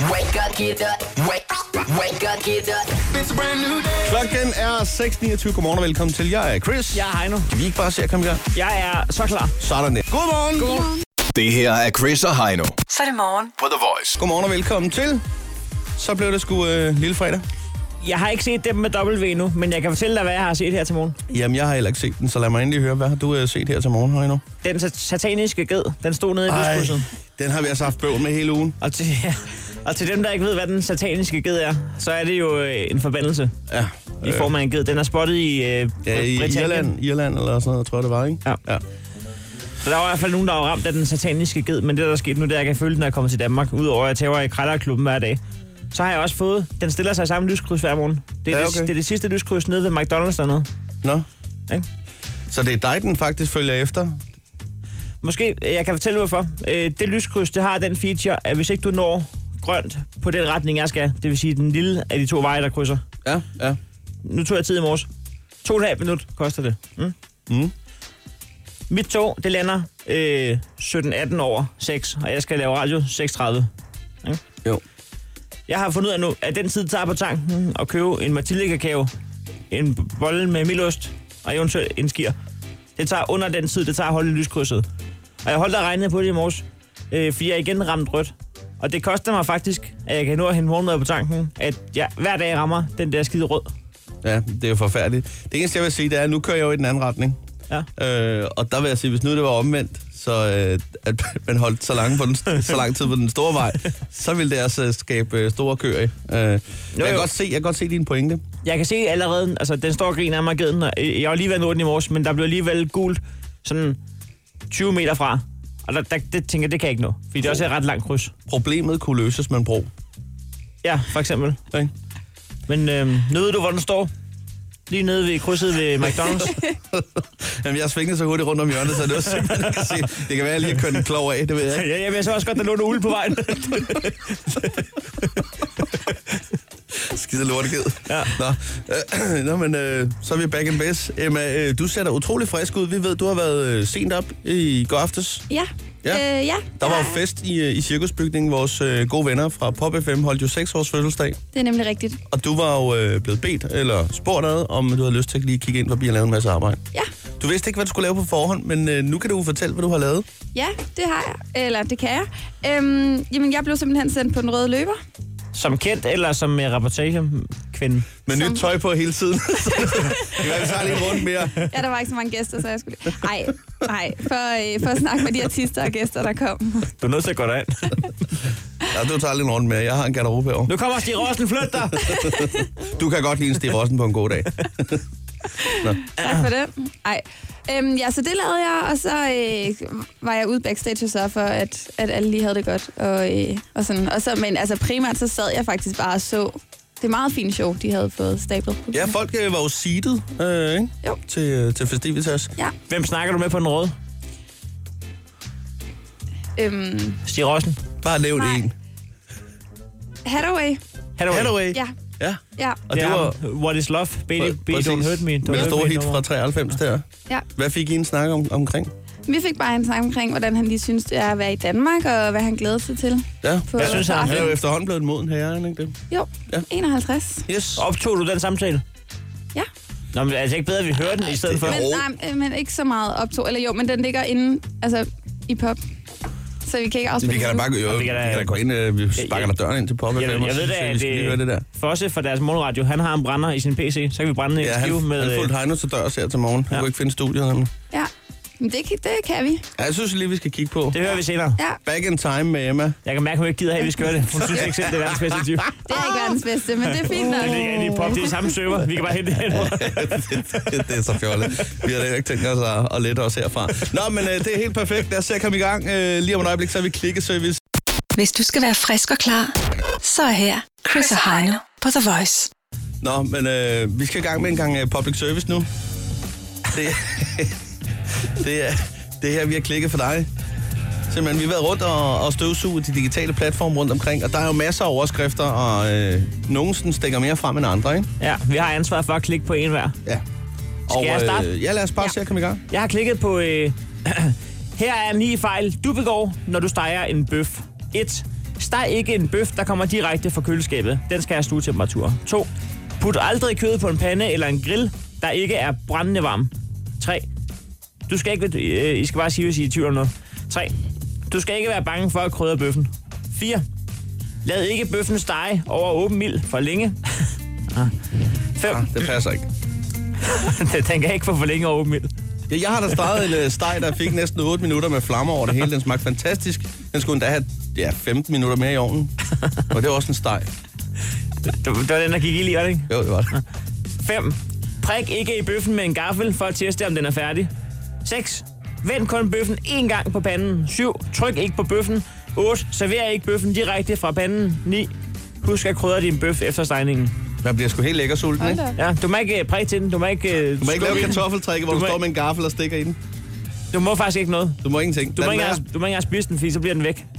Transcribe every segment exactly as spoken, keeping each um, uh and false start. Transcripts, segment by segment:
Wake up, get up. Wake, wake up, get up. It's a brand new day. Klokken er seks niogtyve. Godmorgen og velkommen til. Jeg er Chris. Jeg er Heino. Kan vi ikke bare se at komme i gang? Jeg er så klar. Sådan det. Godmorgen. Godmorgen. Det her er Chris og Heino Så er det morgen. på The Voice. Godmorgen og velkommen til. Så blev det sgu øh, lille fredag. Jeg har ikke set dem med W endnu, men jeg kan fortælle dig, hvad jeg har set her til morgen. Jamen, jeg har heller ikke set den, så lad mig endelig høre. Hvad har du øh, set her til morgen, Heino? Den sat- sataniske ged, den stod nede i Ej, lyskrydset. den har vi altså haft bøvl med hele ugen. Og til, ja, og til dem, der ikke ved, hvad den sataniske ged er, så er det jo øh, en forbandelse Ja. i form af en ged. Den er spottet i øh, Ja, i Britannien. Irland, Irland eller sådan noget, tror jeg det var, ikke? Ja. Ja. Så der var i hvert fald nogen, der var ramt af den sataniske ged, men det, der er sket nu, det er, at jeg kan føle, den er kommet til Danmark, udover at jeg tager i krejlerklubben hver dag. Så har jeg også fået, den stiller sig i samme lyskryds hver morgen. Det er, Ja, ja, okay. det, det er det sidste lyskryds nede ved McDonald's dernede. Nå. Ikke? Så det er dig, den faktisk følger efter? Måske, jeg kan fortælle hvorfor. Øh, det lyskryds, det har den feature, at hvis ikke du når grønt på den retning, jeg skal, det vil sige den lille af de to veje, der krydser. Ja, ja. Nu tog jeg tid i morges. To og et halvt minut koster det. Mm. Mm. Mit tog, det lander øh, sytten atten over seks, og jeg skal lave radio seks tredive. Mm. Jo. Jeg har fundet ud af nu, at den tid, det tager på tanken og købe en Mathilde-kakao, en bolle med mildost og eventuelt en skir, det tager under den tid, det tager at holde i lyskrydset. Og jeg holdt og regnede på det i morges, øh, fordi jeg igen ramte rødt. Og det koster mig faktisk, at jeg kan nå at hente morgenmad på tanken, at jeg hver dag rammer den der skide rød. Ja, det er jo forfærdeligt. Det eneste, jeg vil sige, det er, at nu kører jeg jo i den anden retning. Ja. Øh, og der vil jeg sige, hvis nu det var omvendt, så øh, at man holdt så, langt på den, så lang tid på den store vej, så ville det altså skabe øh, store køer i. Øh, jeg, kan godt se, jeg kan godt se dine pointe. Jeg kan se allerede, altså den står og griner af mig geden, og jeg var lige ved at nå den i morges, men der blev alligevel gult sådan tyve meter fra. Og der, der det tænker jeg, det kan jeg ikke nå, fordi det også er et ret langt kryds. Problemet kunne løses med en bro. Ja, for eksempel. Okay. Men øh, nød du, hvor den står? Lige nede ved krydset ved McDonald's. Jamen, jeg svingede så hurtigt rundt om hjørnet, så det var simpelthen ikke at se. Det kan være, at jeg lige kørte en klog af, det ved jeg ikke. Ja, jeg ved så også godt, der lå noget uld på vejen. Skide lorteged. Ja. Nå, øh, nå men øh, så er vi back in base. Emma, øh, du ser da utrolig frisk ud. Vi ved, du har været øh, sent op i går aftes. Ja. Ja. Øh, ja. Der var jo Ja. fest i, i Cirkusbygningen. Vores øh, gode venner fra Pop F M holdt jo seks års fødselsdag. Det er nemlig rigtigt. Og du var jo øh, blevet bedt, eller spurgt ad, om du havde lyst til at lige kigge ind forbi og lave en masse arbejde. Ja. Du vidste ikke, hvad du skulle lave på forhånd, men øh, nu kan du fortælle, hvad du har lavet. Ja, det har jeg. Eller det kan jeg. Øhm, jamen, jeg blev simpelthen sendt på den røde løber. Som kendt eller som uh, reportagekvinde? Med Som- nyt tøj på hele tiden. Det kan være, vi tager lige en runde mere. Ja, der var ikke så mange gæster, så jeg skulle... Nej, nej. For, øh, for at snakke med de artister og gæster, der kom. Du er nødt til at gå derind. Ja, du tager lige en runde mere. Jeg har en garderobe herovre. Nu kommer Stig Rossen, flyt dig! Du kan godt lide en Stig Rossen på en god dag. Tak for det. Ej. Øhm, ja, så det lavede jeg, og så øh, var jeg ude backstage og sørge for, at, at alle lige havde det godt. Og, øh, og sådan. Og så, men altså primært, så sad jeg faktisk bare og så. Det er meget fint show, de havde fået stablet. Ja, folk øh, var jo seedet øh, ikke? Jo. Til, øh, til Festivitas. Ja. Hvem snakker du med på den røde? Øhm, Stig Rossen. Bare nævn Nej. en. Hathaway. Hathaway. Hathaway. Ja, Ja. ja, Og Det det er var ham. What is love? Baby, baby præcis. don't hurt me. Don't med det hurt store me hit no fra more. treoghalvfems der. ja. Hvad fik I en snak om, omkring? Vi fik bare en snak omkring, hvordan han lige synes, det er at være i Danmark, og hvad han glæder sig til. Ja. På, Jeg synes, på han- Han er jo aftenen. efterhånden blevet en moden herre, ikke det? Jo, Ja. enoghalvtreds. Yes. Optog du den samtale? Ja. Nå, men er det ikke bedre, at vi hører den i stedet det for? er- Men, Jo. nej, øh, men ikke så meget optog. Eller jo, men den ligger inde altså, i pop. Så vi kan ikke afspille Vi kan da bare jo, Og vi vi kan kan da- da gå ind, øh, vi sparker der døren ind til Pop F M. Jeg, jeg og ved så da, synes jeg, at vi skal lige høre det der. Fosse fra deres morgenradio, han har en brænder i sin P C, så kan vi brænde en Ja, skive han, med... han øh, fulgte Heino til dørs her til morgen. Han Ja. kunne ikke finde studiet. Nemlig. Ja, men det, kan- det kan vi. Ja, jeg synes lige, vi skal kigge på. Det hører vi senere. Ja, Back in time med Emma. Jeg kan mærke, at hun ikke gider have, at vi skal gøre det. Hun synes ikke selv, det er verdens bedste type. det er ikke verdens bedste, men det er fint nok. Det ligger inde i pop, det er samme server. Vi kan bare hente det hen. det, det er så fjollet. Vi har da ikke tænkt os at, at lette os herfra. Nå, men øh, det er helt perfekt. Lad os se at komme i gang. Øh, lige om et øjeblik, så er vi klikkeservice. Hvis du skal være frisk og klar, så er her Chris og Heino på The Voice. Nå, men øh, vi skal i gang med en gang uh, public service nu. Det, det, er, det er her, vi har klikket for dig. Simpelthen, vi har været rundt og, og støvsuget de digitale platforme rundt omkring, og der er jo masser af overskrifter, og øh, nogen sådan stikker mere frem end andre, ikke? Ja, vi har ansvar for at klikke på en hver. Ja. Skal jeg starte? Øh, ja, lad os bare Ja. se at komme i gang. Jeg har klikket på... Øh, her er ni fejl, du begår, når du steger en bøf. et. Steg ikke en bøf, der kommer direkte fra køleskabet. Den skal have stuetemperatur. to. Put aldrig kød på en pande eller en grill, der ikke er brændende varm. tre. Du skal ikke... Øh, I skal bare sige, hvis I er i tvivl om noget. tre. Du skal ikke være bange for at krydre bøffen. fire. Lad ikke bøffen stege over åben ild for længe. fem. Ah, det passer ikke. Den kan ikke få for længe over åben ild. Ja, jeg har da startet en uh, steg, der fik næsten otte minutter med flammer over det hele. Den smagte fantastisk. Den skulle endda have ja, femten minutter mere i ovnen. Og det var også en steg. Det, det var den, der gik i lige, var det ikke? Jo, det var det. fem. Prik ikke i bøffen med en gaffel for at teste, om den er færdig. seks. Vend kun bøffen én gang på panden. syv. Tryk ikke på bøffen. otte. Server ikke bøffen direkte fra panden. ni. Husk at krydre din bøf efter stegningen. Man bliver sgu helt lækker sulten, ikke? Ja, du må ikke prikke til den. Du må ikke, du må ikke lave kartoffeltrække, hvor du, du må... står med en gaffel og stikker i den. Du må faktisk ikke noget. Du må ingenting. Du må ikke, engang, du må ikke engang spise den, fordi så bliver den væk.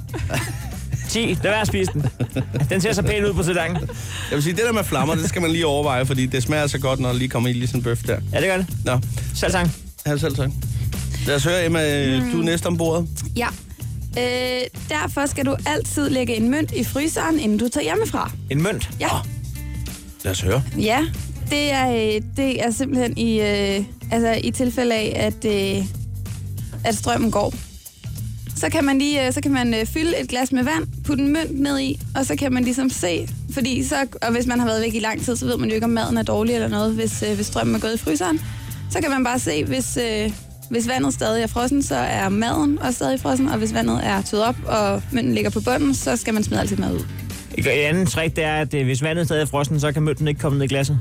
ti. Lad være at spise den. Den ser så pæn ud på sedangen. Jeg vil sige, det der med flammer, det skal man lige overveje, fordi det smager så godt, når der lige kommer i lige sådan en bøf der. Ja, det gør det. Nå. Selv sang. Ja, selv sang. Lad os høre, Emma, mm. du er næste om bordet. Ja. Øh, derfor skal du altid lægge en mønt i fryseren, inden du tager hjemmefra. En mønt? Ja. Oh. Lad os høre. Ja, det er, det er simpelthen i, øh, altså i tilfælde af, at, øh, at strømmen går. Så kan man lige, så kan man øh, fylde et glas med vand, putte en mønt ned i, og så kan man ligesom se, fordi så, og hvis man har været væk i lang tid, så ved man jo ikke, om maden er dårlig eller noget, hvis, øh, hvis strømmen er gået i fryseren. Så kan man bare se, hvis, øh, hvis vandet stadig er frossen, så er maden også stadig frossen, og hvis vandet er tøet op, og mønten ligger på bunden, så skal man smide alt sit mad ud. Et andet trick, det er, at hvis vandet stadig er frossen, så kan mønten ikke komme ned i glasset.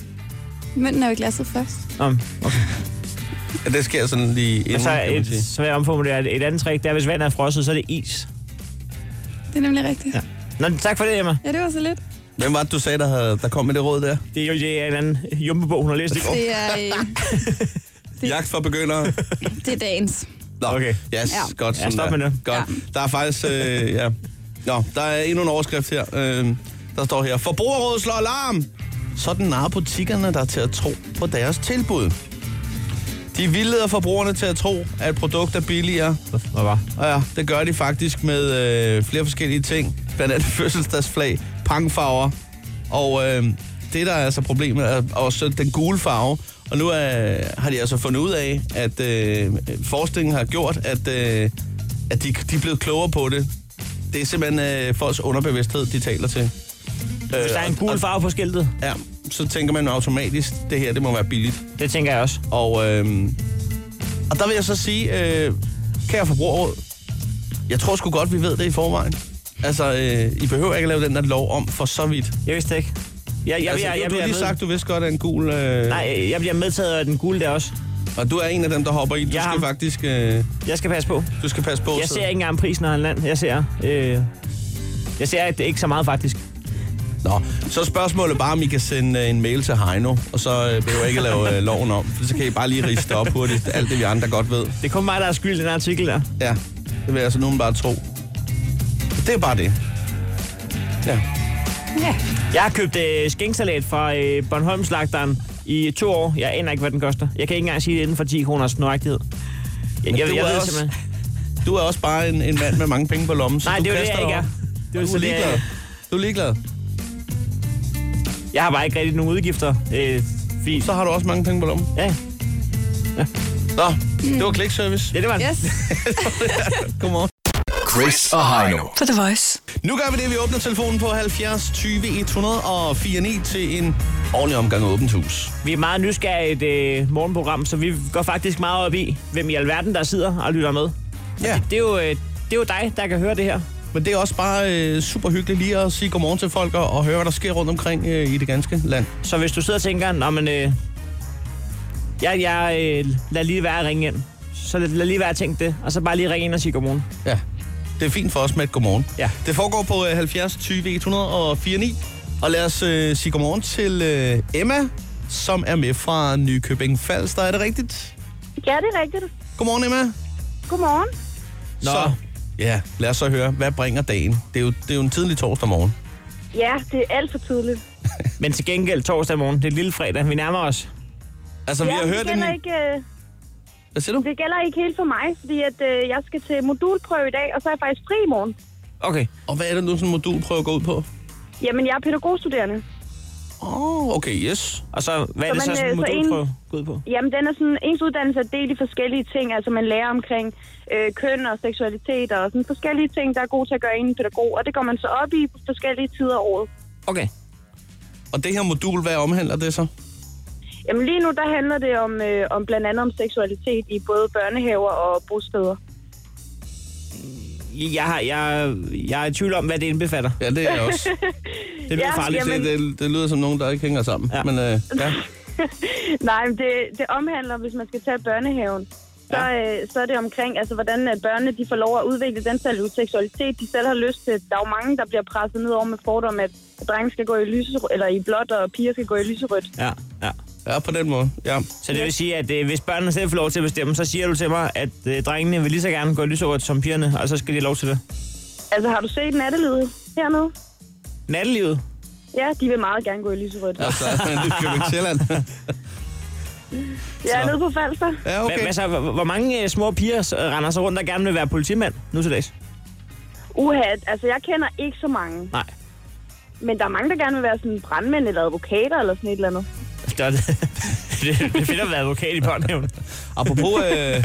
Mønten er jo i glasset først. Um, okay. Ja, det sker sådan lige inden, så, et, så vil jeg omformulere et andet trick, det er, hvis vandet er frosset, så er det is. Det er nemlig rigtigt. Ja. Nå, tak for det, Emma. Ja, det var så lidt. Hvem var det, du sagde, der, havde, der kom med det råd der? Det er jo det er en anden jumbebog, hun har læst i går. Det er... Øh, det, Jagt for begyndere. Det er dagens. Nå, okay. Yes, ja. Godt. Ja, stop med det. Godt. Ja. Der er faktisk... Øh, ja. Nå, der er endnu en overskrift her. Øh, der står her. Forbrugerrådet slår alarm. Sådan narrer butikkerne, der er til at tro på deres tilbud. De vildleder forbrugerne til at tro, at et produkt er billigere. Hvad var? Ja, det gør de faktisk med øh, flere forskellige ting. Blandt andet fødselsdagsflag, pangfarver. Og øh, det, der er altså problemet, er også den gule farve. Og nu er, har de altså fundet ud af, at øh, forskningen har gjort, at, øh, at de, de er blevet klogere på det. Det er simpelthen øh, folks underbevidsthed, de taler til. Hvis der er en gul farve på skiltet? Ja, så tænker man automatisk, det her, det må være billigt. Det tænker jeg også. Og, øh, og der vil jeg så sige, øh, kære forbrugerråd, jeg tror sgu godt, vi ved det i forvejen. Altså, øh, I behøver ikke at lave den der lov om for så vidt. Jeg vidste ikke. Jeg, jeg, altså, jeg, jeg, jeg du har lige med... sagt, du vidste godt, at en gul... Øh... Nej, jeg bliver medtaget af den gule der også. Og du er en af dem, der hopper i. Du jeg skal har... faktisk... Øh... Jeg skal passe på. Du skal passe på. Jeg ser ikke engang prisen af en land. Jeg ser... Øh... Jeg ser at det ikke så meget, faktisk. Nå, så er spørgsmålet bare, om I kan sende en mail til Heino, og så øh, behøver jeg ikke at lave øh, loven om. For så kan I bare lige riste op hurtigt. Alt det, vi andre godt ved. Det er kun mig, der er skyld i den artikel der. Ja, det vil jeg så nogen bare tro. Det er bare det. Ja. Ja. Jeg har købt øh, skænksalat fra øh, Bornholmslagteren i to år. Jeg aner ikke, hvad den koster. Jeg kan ikke engang sige det inden for ti kroners nøjagtighed. Jeg, jeg, jeg, jeg ved også, simpelthen... Du er også bare en, en mand med mange penge på lommen. Så Nej, du det er jo det, jeg ikke er. Det er du er ligeglad. Det, du er ligeglad. Jeg har bare ikke rigtig nogen udgifter. Øh, fordi... Så har du også mange penge på lommen. Ja. Ja. Nå, mm. det var klikservice. Ja, det var det. Yes. Godmorgen. Chris og Heino. På The Voice. Nu gør vi det, vi åbner telefonen på halvfjerds tyve et hundrede og fire ni til en ordentlig omgang åbent hus. Vi er meget nysgerrige i et øh, morgenprogram, så vi går faktisk meget op i, hvem i alverden, der sidder og lytter med. Ja. Det, det, er jo, øh, det er jo dig, der kan høre det her. Men det er også bare øh, super hyggeligt lige at sige godmorgen til folk og, og høre, hvad der sker rundt omkring øh, i det ganske land. Så hvis du sidder og tænker, nå, men, øh, jeg, jeg øh, lad lige være at ringe ind. Så lad, lad lige være at tænke det, og så bare lige ringe ind og sige godmorgen. Ja, det er fint for os med et godmorgen. Ja. Det foregår på øh, halvfjerds tyve et hundrede og fire ni. Og lad os øh, sige godmorgen til øh, Emma, som er med fra Nykøbing Falster. Er det rigtigt? Ja, det er rigtigt. Godmorgen, Emma. Godmorgen. Nå. Så, ja, lad os så høre, hvad bringer dagen? Det er jo, det er jo en tidlig torsdag morgen. Ja, det er alt for tidligt. Men til gengæld torsdag morgen, det er lille fredag, vi nærmer os. Altså, ja, vi har det hørt gælder en... ikke, øh, Hvad siger du? det gælder ikke helt for mig, fordi at, øh, jeg skal til modulprøve i dag, og så er jeg faktisk fri i morgen. Okay. Og hvad er det nu, sådan en modul prøver at gå ud på? Jamen, jeg er pædagogstuderende. Åh, oh, okay, yes. Og så, hvad er Så det så, man, sådan en øh, så modul en- prøver at gå ud på? Jamen, den er sådan, ens uddannelse er delt i forskellige ting. Altså, man lærer omkring øh, køn og seksualitet og sådan forskellige ting, der er gode til at gøre en pædagog. Og det går man så op i på forskellige tider af året. Okay. Og det her modul, hvad omhandler det så? Jamen, lige nu, der handler det om, øh, om blandt andet om seksualitet i både børnehaver og bosteder. Jeg, har, jeg, jeg er i tvivl om, hvad det indbefatter. Ja, det er jeg også. Det lyder Ja, farligt. jamen- Det, det, det lyder som nogen, der ikke hænger sammen. Ja. Men øh, ja. Nej, men det, det omhandler, hvis man skal tage børnehaven, så, Ja. øh, så er det omkring, altså, hvordan at børnene de får lov at udvikle den seksualitet, de selv har lyst til. Der er jo mange, der bliver presset ned over med fordom, at drenge skal gå i lyserødt, eller i blåt, og piger skal gå i lyserødt. Ja, ja. Ja, på den måde. Ja. Så det vil sige, at øh, hvis børnene selv får lov til at bestemme, så siger du til mig, at øh, drengene vil lige så gerne gå i lyserødt som pigerne, og så skal de have lov til det. Altså, har du set nattelivet hernede? Nattelivet? Ja, de vil meget gerne gå i lyserødt. Ja, Altså, det kører ikke Sjælland. jeg er nede på Falster. Ja, Okay. okay. Hvad så, hvor hvor mange øh, små piger øh, render så rundt, der gerne vil være politimand nu til dags? Uha, altså, jeg kender ikke så mange. Nej. Men der er mange, der gerne vil være sådan brandmænd eller advokater eller sådan et eller andet. Det er, det, det, det er fedt at være advokat i børnehaven. Apropos, øh,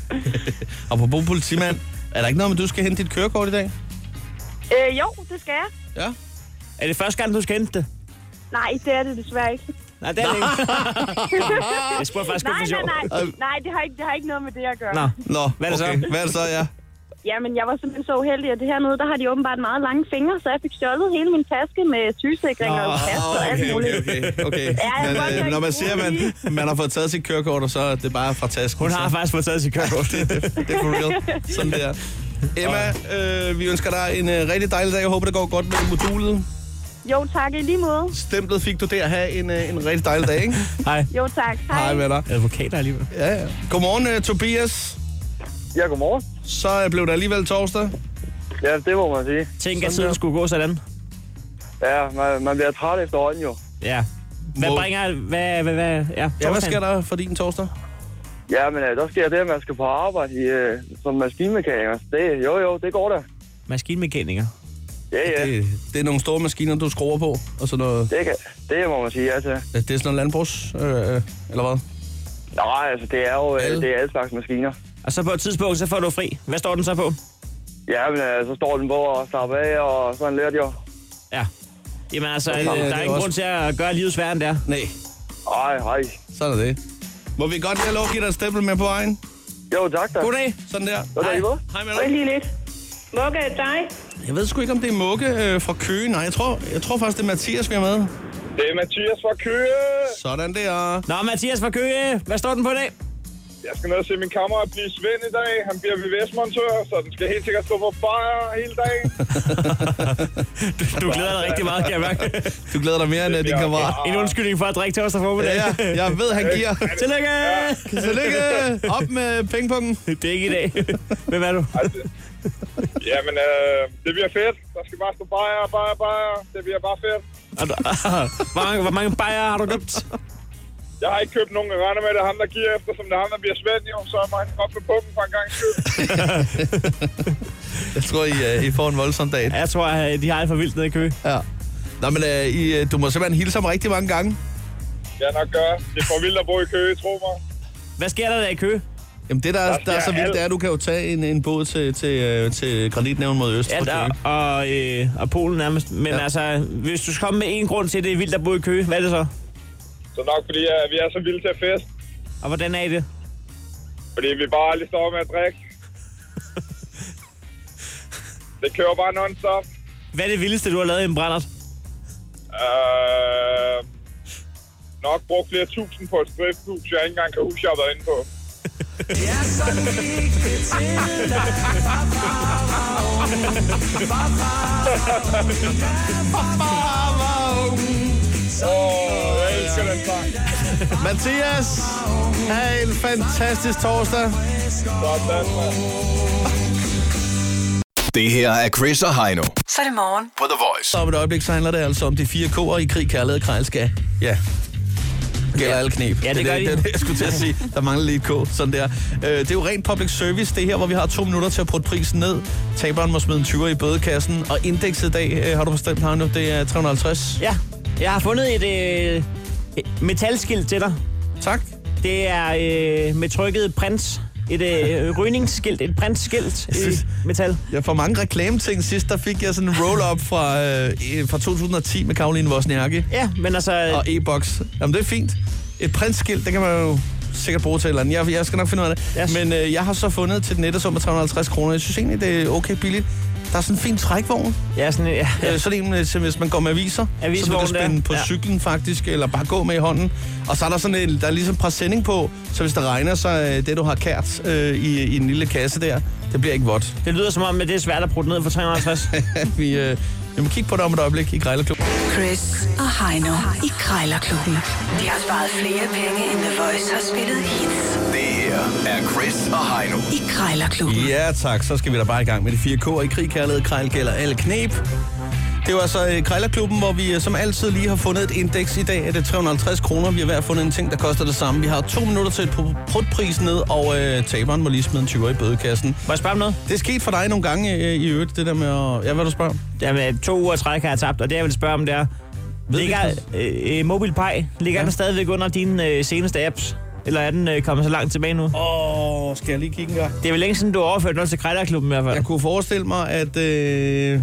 apropos politimand, er der ikke noget med, at du skal hente dit kørekort i dag? Øh, jo, det skal jeg. Ja. Er det første gang, du skal hente det? Nej, det er det desværre ikke. Nej, det er det ikke. Jeg spurgte faktisk kun Nej, for sjov. nej, nej. Nej, det har, ikke, det har ikke noget med det at gøre. Nå, Nå, Hvad er det så? okay. Hvad er det så, ja? Jamen, jeg var simpelthen så uheldig, at det hernede, der har de åbenbart meget lange fingre, så jeg fik stjålet hele min taske med sygesikring og pas og alt okay, muligt. okay, okay, okay. Ja, jeg Men, kan godt øh, nok når man siger, at man, man har fået taget sit kørekort, og så er det bare fra tasken. Hun har så, faktisk fået taget sit kørekort. det, det, det er for real. Sådan der. Emma, øh, vi ønsker dig en øh, rigtig dejlig dag. Jeg håber, det går godt med modulet. Jo, tak i lige måde. Stemplet fik du der. Ha' en, øh, en rigtig dejlig dag, ikke? Hej. Jo, tak. Hej. Hej med dig. Advokater alligevel. Ja, ja. Godmorgen, øh, Tobias. Ja, godmorgen. Så øh, blev det alligevel torsdag. Ja, det må man sige. Tænk, at Sådan tiden der. skulle gå sådan. Ja, man, man bliver træt efterhånden jo. Ja. Hvad Hvor- bringer... Hvad, hvad, hvad, ja, Ja, hvad torsdagen? sker der for din torsdag? Ja, men øh, der sker det, at man skal på arbejde i, øh, som maskinmekaniker. Det, jo, jo, det går da. Maskinmekaniker. Ja, ja, det, Det, det er nogle store maskiner, du skruer på, og sådan noget. det, kan, det må man sige, altså. Det er sådan noget landbrugs, øh, eller hvad? Nej, altså, det er jo øh, Alle? det er alle slags maskiner. Og så på et tidspunkt, så får du fri. Hvad står den så på? Ja, men øh, så står den på og slapper af, og sådan lidt jo. Ja. Jamen altså, Okay, der det er er ingen også- grund til at gøre livet sværere end det er. Nej, Ej, hej. sådan er det. Må vi godt lige have lov at give dig et stempel med på vejen? Jo, tak da. Goddag. Sådan der. Godt, Hej. I måde. Hej med Hej dig. lige lidt. Mugge, er det dig? Jeg ved sgu ikke, om det er Mugge øh, fra Køge. Nej, jeg tror, jeg tror faktisk, det er Mathias, vi har med. Det er Mathias fra Køge. Sådan der. Nå, Mathias fra Køge. Hvad står den på i dag? Jeg skal ned og se min kammerat blive Svend i dag. Han bliver V V S-montør, så den skal helt sikkert stå på fire hele dagen. Du, du glæder dig rigtig meget, kan jeg mærke. Du glæder dig mere end øh, din kammerat. En undskyldning for at drikke torsdag formiddag. Ja, ja, jeg ved, han giver. Tillykke! Tillykke. Op med pengpunkten. Det er ikke i dag. Hvem er du? Jamen, øh, det bliver fedt. Der skal bare stå bajer, bajer, bajer. Det bliver bare fedt. Og du- Hvor mange, hvor mange bajer har du købt? Jeg har ikke købt nogen, jeg regner med, at det er ham, der giver efter, som det er ham, der bliver Svend, jo. Så må han op med pumpen for en gang skyld. Jeg tror, I, øh, I får en voldsom dag. Jeg tror, at de har alt for vildt nede i Køge. Ja. Nå, men øh, I, øh, du må simpelthen hilse ham rigtig mange gange. Ja, nok gør. Det er for vildt at bo i Køge, tro mig. Hvad sker der der i Køge? Jamen det, der, er- Der der er så sker vildt, alt. det er, at du kan jo tage en, en båd til, til, øh, til Granitnævn mod øst. Ja, fra der, Køge. og, øh, og Polen nærmest. Men Ja. ja. altså, hvis du skal komme med en grund til, at det er vildt at bo i Køge, hvad er det så? Så nok fordi, at vi er så vilde til at fest. Og hvordan er I det? Fordi vi bare aldrig står med at drikke. Det kører bare non-stop. Hvad er det vildeste, du har lavet i en brændert? Øh, nok brugt flere tusind på et stripklub, jeg ikke engang kan huske, jeg har været inde på. Åh, oh, jeg elsker den sang. Mathias, have en fantastisk torsdag. Sådan, mand. Det her er Chris og Heino Så er det morgen. på The Voice. Så om et øjeblik, så handler det altså om de fire K'er i krig, kærlighed og krejl skal. Ja. gælder alle knep. Ja, det, det gør det, de. det, det, jeg skulle til at sige. Der mangler lige et K. Sådan der. Øh, det er jo rent public service, det her, hvor vi har to minutter til at putte prisen ned. Taberen må smide en tyver i bødekassen. Og indekset i dag, øh, har du bestemt her nu, det er tre hundrede og halvtreds. Ja, jeg har fundet et, øh, et metalskilt til dig. Tak. Det er øh, med trykket prins. Et øh, rygningsskilt, et printskilt i metal. Jeg får mange reklameting. Sidst der fik jeg sådan en roll-up fra, øh, fra to tusind og ti med Karoline Wozniacki. Ja, men altså... Og e-boks. Jamen, det er fint. Et printskilt, det kan man jo sikkert bruge til et eller andet. Jeg, jeg skal nok finde ud af det. Yes. Men øh, jeg har så fundet til den nette sum af tre hundrede og halvtreds kroner. Jeg synes egentlig, det er okay billigt. Der er sådan en fin trækvogn. Ja, sådan, ja, ja. Øh, sådan en, som hvis man går med aviser, Avisvogn, så du kan spænde på ja. cyklen faktisk, eller bare gå med i hånden. Og så er der sådan en, der er ligesom præsending på, så hvis det regner, så øh, det, du har kært øh, i, i en lille kasse der, det bliver ikke vådt. Det lyder som om, at det er svært at putte ned for tre hundrede og halvtreds. vi, øh, vi må kigge på det om et øjeblik i Krejlerklubben. Chris og Heino i Krejlerklubben. De har sparet flere penge, end The Voice har spillet hits Det her er Chris og Heino. i Krejlerklubben. Ja tak, så skal vi da bare i gang med de fire K'er i krig, kærlighed, krejl, gælder alle knep. Det var altså uh, Krejlerklubben, hvor vi uh, som altid lige har fundet et indeks. I dag er det tre hundrede og halvtreds kroner. Vi har hver fundet en ting, der koster det samme. Vi har to minutter til at putte prisen ned, og uh, taberen må lige smide en tyver i bødekassen. Må jeg spørge om noget? Det er sket for dig nogle gange uh, i øvrigt, det der med at... Ja, hvad du spørger om? Jamen, to uger træk har jeg tabt, og det jeg vil spørge om, det er... Ligger øh, MobilePay, ligger ja. den stadigvæk under dine øh, seneste apps? Eller er den øh, kommet så langt tilbage nu? Åh, oh, skal jeg lige kigge en gang? Det er vel længe siden, du har overført noget til Krejlerklubben i hvert fald. Jeg kunne forestille mig, at... Øh...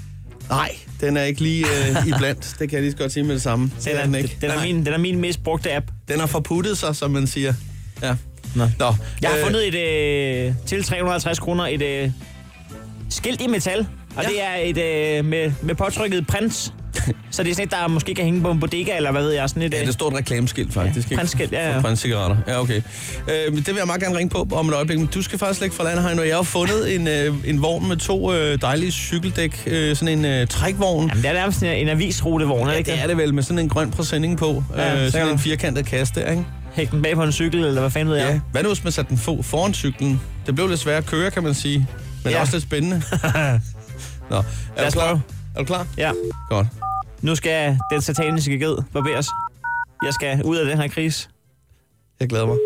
Nej, den er ikke lige øh, iblandt. Det kan jeg lige så godt sige med det samme. Den er, den, ikke. Den, er min, den er min mest brugte app. Den har forputtet sig, som man siger. Ja. Nå. Nå. Jeg har øh... fundet et øh, til tre hundrede og halvtreds kroner et øh, skilt i metal. Og ja. det er et øh, med, med påtrykket prins. Så det er sådan et, der måske kan hænge på en bodega, eller hvad ved jeg. Sådan et, ja, det står et reklameskilt faktisk. Ja, prinsskilt, ja, ja. For prinscigaretter. Ja, okay. Øh, det vil jeg meget gerne ringe på om et øjeblik. Men du skal faktisk lægge fra landet her, når jeg har fundet en, øh, en vogn med to øh, dejlige cykeldæk. Øh, sådan en øh, trækvogn. Jamen, det er nærmest en, en avisrutevogn, er det ikke? Ja, det er det vel, med sådan en grøn præsending på. Ja, øh, sådan en firkantet kasse der, ikke? Hæk den bag på en cykel, eller hvad fanden ved jeg? Ja. Hvad nu, hvis man satte den for, foran cyklen? Det blev lidt svært at køre, kan man sige. Men ja. også lidt spændende. Nå, er du klar? Er du klar? Ja. Godt. Nu skal den sataniske ged barberes. Jeg skal ud af den her krise. Jeg glæder mig.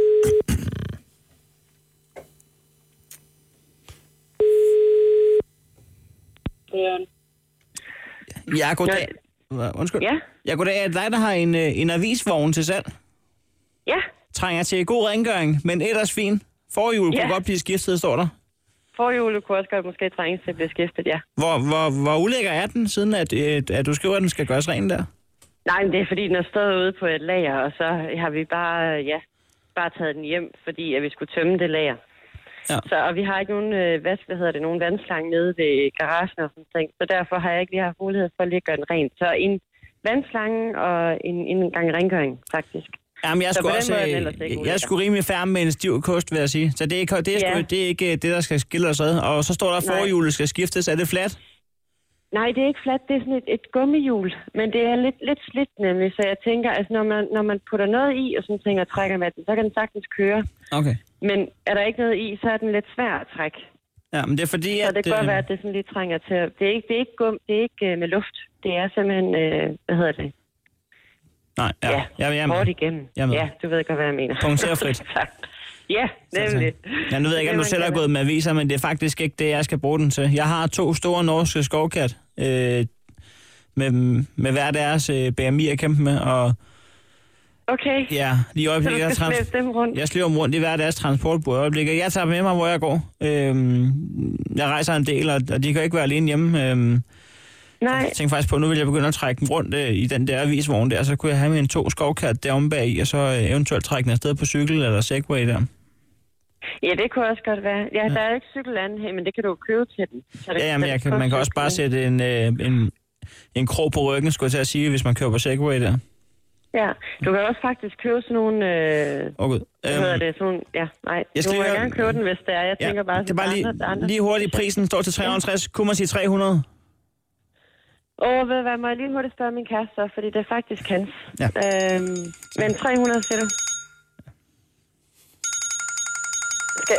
Ja, goddag. Undskyld. Ja. Ja, goddag. Er det dig, der har en, en avisvogn til salg? Ja. Trænger til god rengøring, men ellers fin. Forhjul ja. kunne godt blive skiftet, står der. Forhjulet kunne også godt måske trænges til at blive skiftet, ja. Hvor, hvor, hvor ulækker er den, siden at, at, at du skriver, at den skal gøres ren der? Nej, men det er fordi, den er stået ude på et lager, og så har vi bare, ja, bare taget den hjem, fordi at vi skulle tømme det lager. Ja. Så, og vi har ikke nogen, hvad, hvad hedder det, nogen vandslange nede ved garagen og sådan ting, så derfor har jeg ikke lige haft mulighed for at lige at gøre den ren. Så en vandslange og en, en gang rengøring, faktisk. Jamen, jeg skulle også, jeg, jeg skulle rimelig færme med en stiv kost, vil jeg sige. Så det er, det er, ja. sgu, det er ikke det, der skal skille os ad. Og så står der, at forhjulet skal skiftes. Er det fladt? Nej, det er ikke fladt. Det er sådan et, et gummihjul. Men det er lidt, lidt slidt nemlig. Så jeg tænker, altså når man, når man putter noget i, og sådan tænker, trækker med den, så kan den sagtens køre. Okay. Men er der ikke noget i, så er den lidt svær at trække. Ja, men det er fordi, så at... det kan godt være, at det sådan lige trænger til. Det er ikke, det er ikke gum, det er ikke uh, med luft. Det er simpelthen, uh, hvad hedder det? Nej, ja. Ja, jeg, jeg hårdt igennem. Ja, du ved godt, hvad jeg mener. Punkterfrit. Ja, nemlig. Ja, nu ved jeg ikke, om du selv har gået med aviser, men det er faktisk ikke det, jeg skal bruge den til. Jeg har to store norske skovkat, øh, med, med hver deres øh, B M I at kæmpe med, og... Okay. Ja, lige i øjeblikket. Så du skal trans- dem rundt? Jeg sliver dem rundt i hver deres transportbord i øjeblikket. Jeg tager dem med mig, hvor jeg går. Øhm, jeg rejser en del, og de kan ikke være alene hjemme. Øhm, Nej. Jeg tænkte faktisk på, at nu vil jeg begynde at trække dem rundt øh, i den der avisvogn der, så kunne jeg have mine to skovkat deromme bag i, og så øh, eventuelt trække den afsted på cykel eller Segway der. Ja, det kunne også godt være. Ja, ja. Der er jo ikke cykelanden her, men det kan du købe til den. Så det, ja, jamen, jeg kan, man kan også bare sætte en, øh, en, en krog på ryggen, skulle jeg til at sige, hvis man køber på Segway der. Ja, du kan også faktisk købe sådan nogle... Øh, oh, God. Hvad øhm, hedder det? Sådan, ja, nej. Jeg du må lige, gerne købe den, hvis det er. Jeg ja, tænker bare... Det er bare lige, andre, andre. lige hurtigt, prisen står til tre hundrede og halvtreds. Kunne man sige tre hundrede? Åh, oh, ved du hvad, må jeg lige hurtigt spørge min kæreste så, fordi det er faktisk hans. Ja. Øhm, men tre hundrede, siger du? Skal...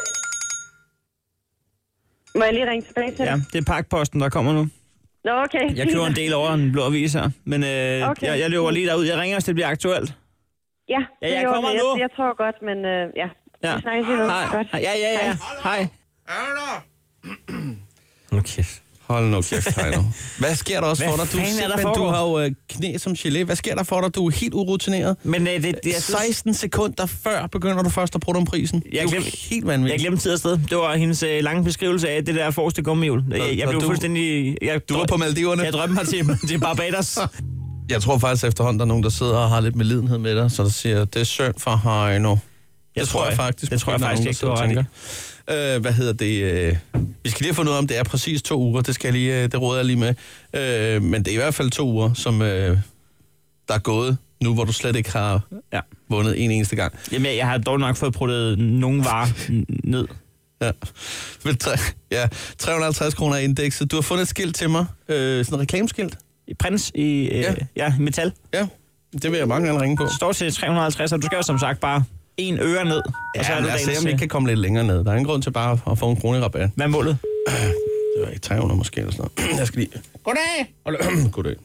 Må jeg lige ringe tilbage til Ja, det er pakposten, der kommer nu. Nå, okay. Jeg køber en del over en blå avis her, men øh, okay. jeg, jeg løber lige derud. Jeg ringer, hvis det bliver aktuelt. Ja, Ja, det jeg er kommer jeg, nu. jeg tror godt, men øh, ja. Ja. Vi snakkes lige nu. Hej. Godt. Ja, ja, ja. Hej. Okay. Hold nu kæft, Heino. Hvad sker der også Hvad for dig? Du, fanden er der simpelthen- du foregår? har jo øh, knæ som gelé. Hvad sker der for dig? Du er helt urutineret. Men øh, det, det, jeg synes, seksten sekunder før begynder du først at bruge om prisen. Det er jo glem- helt jeg vanvittigt. glemte tid og sted. Det var hendes øh, lange beskrivelse af det der forreste gummihjul. Jeg, jeg og blev du- fuldstændig... Jeg, Du var på Maldiverne. Jeg drømte mig til, til Barbados. Jeg tror faktisk efterhånden, der er nogen, der sidder og har lidt medlidenhed med dig, så der siger, det er synd for Heino. Det tror jeg faktisk. Det tror jeg Måske, faktisk der er ikke, du nogen, har der ret sidder og tænker. Øh, hvad hedder det? Øh, vi skal lige have fundet ud af, om det er præcis to uger. Det skal jeg lige, øh, det råder jeg lige med. Øh, men det er i hvert fald to uger, som øh, der er gået nu, hvor du slet ikke har Ja. vundet en eneste gang. Jamen, jeg, jeg har dog nok fået pruttet nogle varer n- ned. Ja. Men tre, ja, tre hundrede og halvtreds kroner er indekset. Du har fundet et skilt til mig. Øh, sådan et reklameskilt. I prins i øh, Ja. ja. ja, metal. Ja, det vil jeg mange gerne ringe på. Det står til tre hundrede og halvtreds, og du skal jo som sagt bare en øre ned. Og så Ja, er det lad os se, dagens, om vi ikke kan komme lidt længere ned. Der er ingen grund til bare at få en krone i rabat. Hvad er målet? Det var ikke tre hundrede måske eller sådan noget. Jeg skal lige... Goddag! Goddag.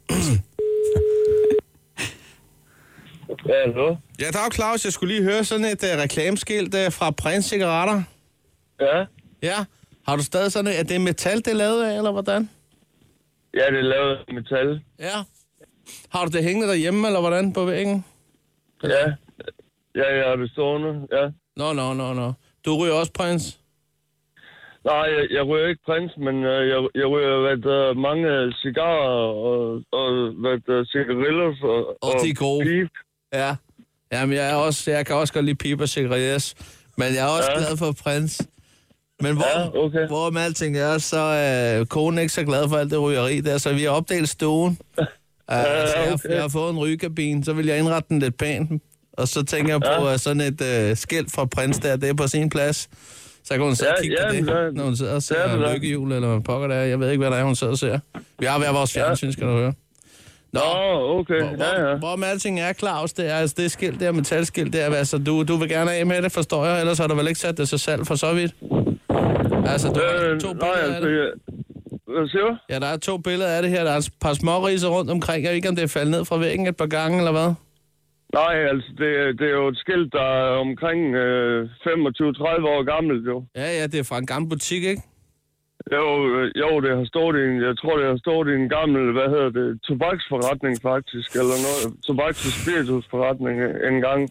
Ja, hallo? Ja, dag Claus. Jeg skulle lige høre sådan et uh, reklameskilt uh, fra Prince Cigaretter. Ja? Ja. Har du stadig sådan et... Er det metal, det er lavet af, eller hvordan? Ja, det er lavet af metal. Ja. Har du det hængende derhjemme, eller hvordan, på væggen? Ja. Ja, jeg har det stående, ja. Nå, nå, nå, nå. Du ryger også, Prince? Nej, jeg, jeg ryger ikke prins, men øh, jeg, jeg ryger hvad der, mange cigarer og, og hvad der, cigarillos og, Og de er gode. pip. Ja. Jamen, jeg, er også, jeg kan også godt lide piber og cigarettes, men jeg er også Ja. glad for Prince. Men hvor, Ja, okay. hvor med alting er, så er konen ikke så glad for alt det rygeri der, så vi har opdelt stuen. Uh, altså, jeg, har, okay. jeg har fået en rygekabine, så vil jeg indrette den lidt pænt. Og så tænker jeg på, at sådan et uh, skilt fra Prince der, det er på sin plads. Så kan hun sidde Ja, og kigge ja, på det, ja, når hun sidder og det er ser det da. lykkehjul, eller hvad pokker det er. Jeg ved ikke, hvad der er, hun sidder og ser. Vi har hver vores fjernsyn, skal du høre. Nå, Åh, okay, hvor, ja, ja. hvor, hvor med alting er, Claus, det er altså det skilt der, metalskilt der, altså du, du vil gerne af med det, forstår jeg, ellers har du vel ikke sat det så salg for så vidt? Altså, du har Øh, to nej, billeder af altså, det. jeg, hvad siger du? Ja, der er to billeder af det her, der er et par småriser rundt omkring, jeg ved ikke, om det er faldet ned fra væggen et par gange, eller hvad? Nej, altså, det, det er jo et skilt, der er omkring øh, femogtyve til tredive år gammelt, jo. Ja, ja, det er fra en gammel butik, ikke? Jo, øh, jo, det har stået i en, jeg tror, det har stået i en gammel, hvad hedder det, tobaksforretning faktisk, eller noget, tobaks- og spiritusforretning en gang.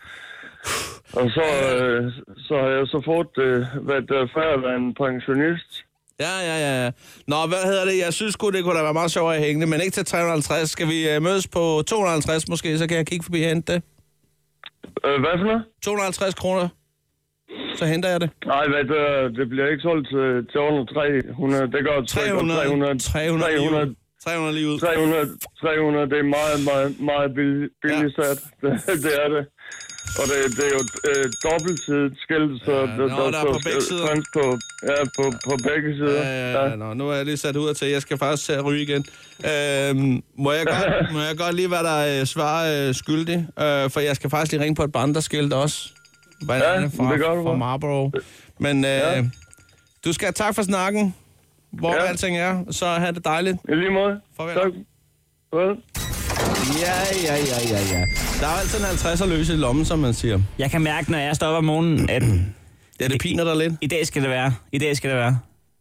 Og så, øh, så har jeg så fået det, hvad der før at være en pensionist. Ja, ja, ja. Nå, hvad hedder det? Jeg synes sgu, det kunne da være meget sjovt at hænge det, men ikke til tre hundrede og halvtreds. Skal vi øh, mødes på to hundrede og halvtreds måske, så kan jeg kigge forbi og hente det? Øh, hvad for noget? to hundrede og halvtreds kroner. Så henter jeg det. Nej, hvad det, det bliver ikke solgt til, til under tre hundrede. Det gør tre hundrede, tre hundrede, tre hundrede, tre hundrede lige ud. tre hundrede, tre hundrede, det er meget, meget, meget billigt billig Ja. sat. Det, det er det. Og det, det er jo øh, dobbeltsidigt skilt, så Ja, der, nå, der er står på begge sider. Trans på, ja, på, på begge sider. Ja, ja, ja. Nå, nu er jeg lige sat ud af til, jeg skal faktisk til at ryge igen. Øhm, må, jeg godt, må jeg godt lige være der øh, svar øh, skyldig? Øh, for jeg skal faktisk lige ringe på et banderskilt også. Blandt Ja, andet fra, det gør du fra bare. Marlboro. Men øh, Ja. du skal have tak for snakken. Hvor Ja. alting er, så have det dejligt. I lige måde. Farvel. Tak. Farvel. Ja, ja, ja, ja, ja. Der er jo altid en halvtredser løs i lommen, som man siger. Jeg kan mærke, når jeg står op om morgenen, at Ja, det piner dig lidt. i dag skal det være. I dag skal det være.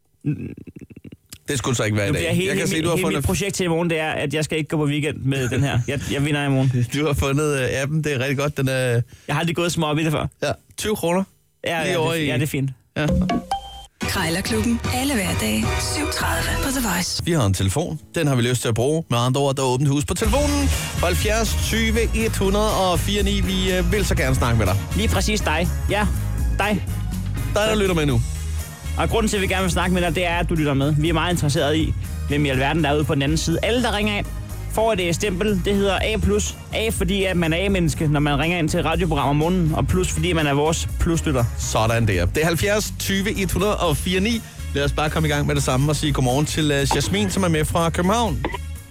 Det skulle så ikke være i Nu dag. bliver hele, Jeg kan se, hele, du har hele mit fundet, projekt til i morgen, det er, at jeg skal ikke gå på weekend med den her. Jeg, jeg vinder i morgen. du har fundet øh, appen. Det er rigtig godt. Den er Jeg har aldrig gået små op i det før. ja, tyve kroner. Ja, Lige ja, over det, i- ja, det er fint. Ja. Krejlerklubben. Alle hverdage. syv tredive på The Voice. Vi har en telefon. Den har vi lyst til at bruge. Med andre ord, der er åbent hus på telefonen. halvfjerds tyve et hundrede og fire ni. Vi øh, vil så gerne snakke med dig. Lige præcis dig. Ja, dig. Der er der lytter med nu. Og grunden til, at vi gerne vil snakke med dig, det er, at du lytter med. Vi er meget interesserede i, hvem i alverden der er ude på den anden side. Alle, der ringer ind, får et stempel. Det hedder A plus. A, fordi at man er A-menneske, når man ringer ind til et radioprogram om morgenen. Og plus, fordi man er vores pluslytter. Sådan der. Det er halvfjerds tyve et hundrede og fire ni. Lad os bare komme i gang med det samme og sige godmorgen til uh, Jasmin, som er med fra København.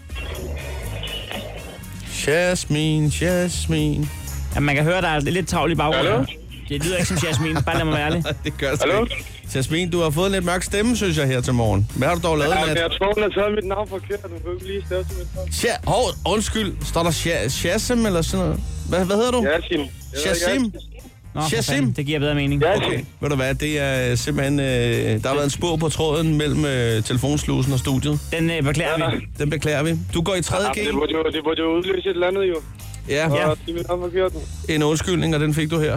Jasmin, Jasmin. Ja, man kan høre, der er lidt travlt i baggrunden. Hallo? Det lyder ikke som Jasmin. Bare lad mig være ærlig. Det gør det Hallo? ikke. Jasmin, du har fået en lidt mørk stemme, synes jeg, her til morgen. Hvad har du dog lavet, Ja, Nat? men jeg tror, hun har taget mit navn forkert. Hun kan ikke lige stave til mit navn. Tja, hov, undskyld. Står der Sha- Shazam eller sådan noget? Hvad, hvad hedder du? Yasin. Shazim? Nå, for Shazim? fanden, det giver bedre mening. Okay, ved du hvad, det er simpelthen... Øh, der har været en spor på tråden mellem øh, telefonslusen og studiet. Den øh, beklager vi. Den beklager vi. Du går i tredje G. Ja, det burde jo, det burde jo udløse et eller andet, jo. Ja, Og Ja. ja. sige mit navn forkert. en undskyldning, og den fik du her.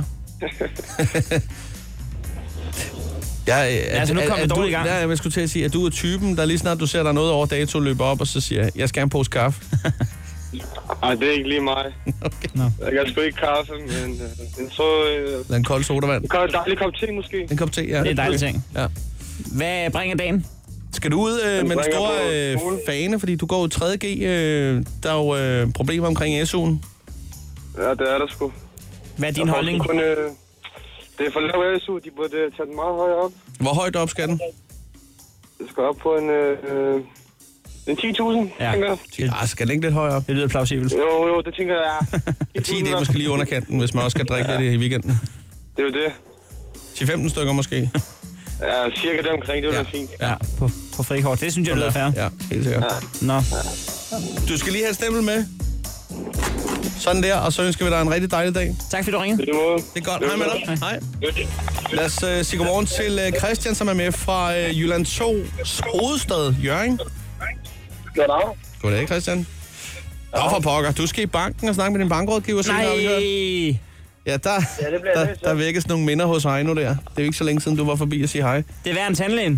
Ja, er, altså, nu er- kom er det du- dårligt i gang. Ja, jeg skulle til at sige, at du er typen, der lige snart du ser der noget over dato, løber op og så siger, jeg skal have en pose kaffe. Nej, det er ikke lige mig. Okay. Nå. Jeg kan sgu ikke kaffe, men øh, en så... Øh, Eller en kold sodavand. en dejlig kop te, måske. En kop te, ja. Det er en dejlig ting. Ja. Hvad bringer dagen? Skal du ud øh, med den bringer store på øh, skolen. fane, fordi du går i tredje G. Øh, der er jo øh, problemer omkring S U'en. Ja, det er der sgu. Hvad er din Jeg får holdning? sgu Kun, øh, det er for lav S U. De burde øh, tage den meget højere op. Hvor højt op skal den? Det skal op på en... Øh, øh, en ti tusind, Ja. tænker jeg. Ja, skal den ikke lidt højere op? Det lyder plausibelt. Jo, jo, det tænker jeg. Ja. ti det er måske lige underkanten, hvis man også skal drikke lidt i weekenden. Det er jo det. ti til femten stykker måske. Ja, cirka det omkring. Det er Ja. jo fint. Ja, på, på frikort. Det synes jeg lyder fair. Ja, helt sikkert. Ja. Nå. Du skal lige have et stempel med. Sådan der, og så ønsker vi dig en rigtig dejlig dag. Tak fordi du ringede. Det er måde. Det er godt. Hej med dig. Hej. Lad os uh, sige godmorgen til uh, Christian, som er med fra uh, Jylland to's hovedstad, Hjørring. Goddag. Goddag, Christian. Nå for pokker, du skal i banken og snakke med din bankrådgiver. senere, har vi hørt. Nej. Ja, der, Ja, det bliver der, løst, ja. der vækkes nogle minder hos Heino der. Det er jo ikke så længe siden, du var forbi og sige hej. Det er værd en tandlægen.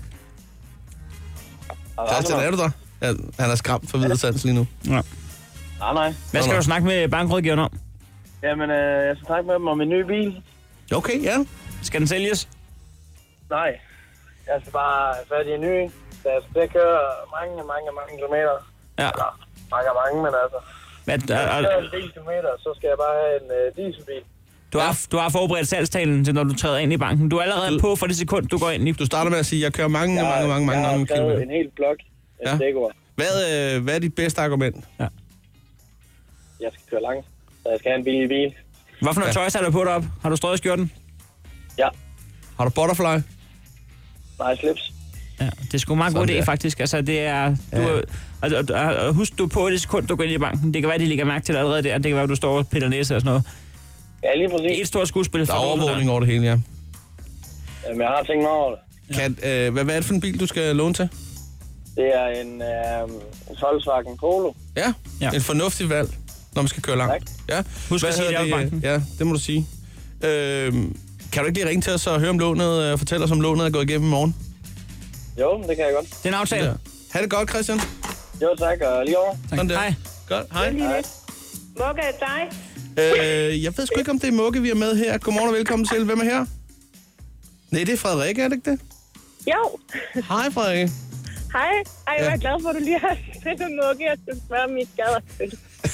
Christian, er du der? Ja, han er skræmt for videresans lige nu. Ja. Nej, nej. Hvad skal Nå, nå. du snakke med bankrådgiveren om? Jamen, øh, jeg skal snakke med dem om en ny bil. Okay, ja. Skal den sælges? Nej. Jeg skal bare have fat i en ny. Så jeg skal køre mange, mange, mange kilometer. Ja. Eller mange, mange, men altså. Hvad, Jeg er, skal køre en del kilometer, så skal jeg bare have en øh, dieselbil. du, har, du har forberedt salgstalen til, når du træder ind i banken. Du er allerede Du- på for det sekund, du går ind i. Du starter med at sige, at jeg kører mange, mange, mange, mange, mange, jeg mange har skrevet kilometer. en hel blok. Et Ja. ja. stikord. Hvad, øh, hvad er dit bedste argument? Jeg skal køre langt, så jeg skal have en billig bil. Hvad for noget Ja. tøj tager du på dig op? Har du strøget skjorten? Ja. Har du butterfly? Nej, slips. Ja, det er sgu en meget god Sådan idé, der. faktisk. Altså, det er... Du, Ja. ja. altså, og- og husk, du er på det sekund, du går ind i banken. Det kan være, de lægger mærke til det allerede der. Det kan være, du står og piller næse og sådan noget. Ja, lige Det er præcis. et stort skuespil. Der er for nogen, overvågning over det hele, ja. Jamen, jeg har tænkt mig over det. Kan, øh, hvad, hvad er det for en bil, du skal låne til? Det er en, øh, en Volkswagen Polo. Ja, Ja. ja. Et fornuftigt valg, når man skal køre langt. Tak. Ja. Husk at sige hedder det oppe i banken. Ja, det må du sige. Øh, kan du ikke lige ringe til os og høre om lånet, og fortælle os, om lånet er gået igennem i morgen? Jo, det kan jeg godt. Det er en aftale. Ja. Ha' det godt, Christian. Jo, tak, og lige over. Sådan der. Hej. Godt, hej. Mugge, er dig? Øh, jeg ved sgu ikke, om det er Mugge, vi er med her. Godmorgen og velkommen til. Hvem er her? Nej, det er Frederikke, er det ikke det? Jo. Hej, Frederikke. Hej. Ej, jeg er Ja. glad for, at du lige har spillet Mugge. Jeg skal spørge mit gaderspil.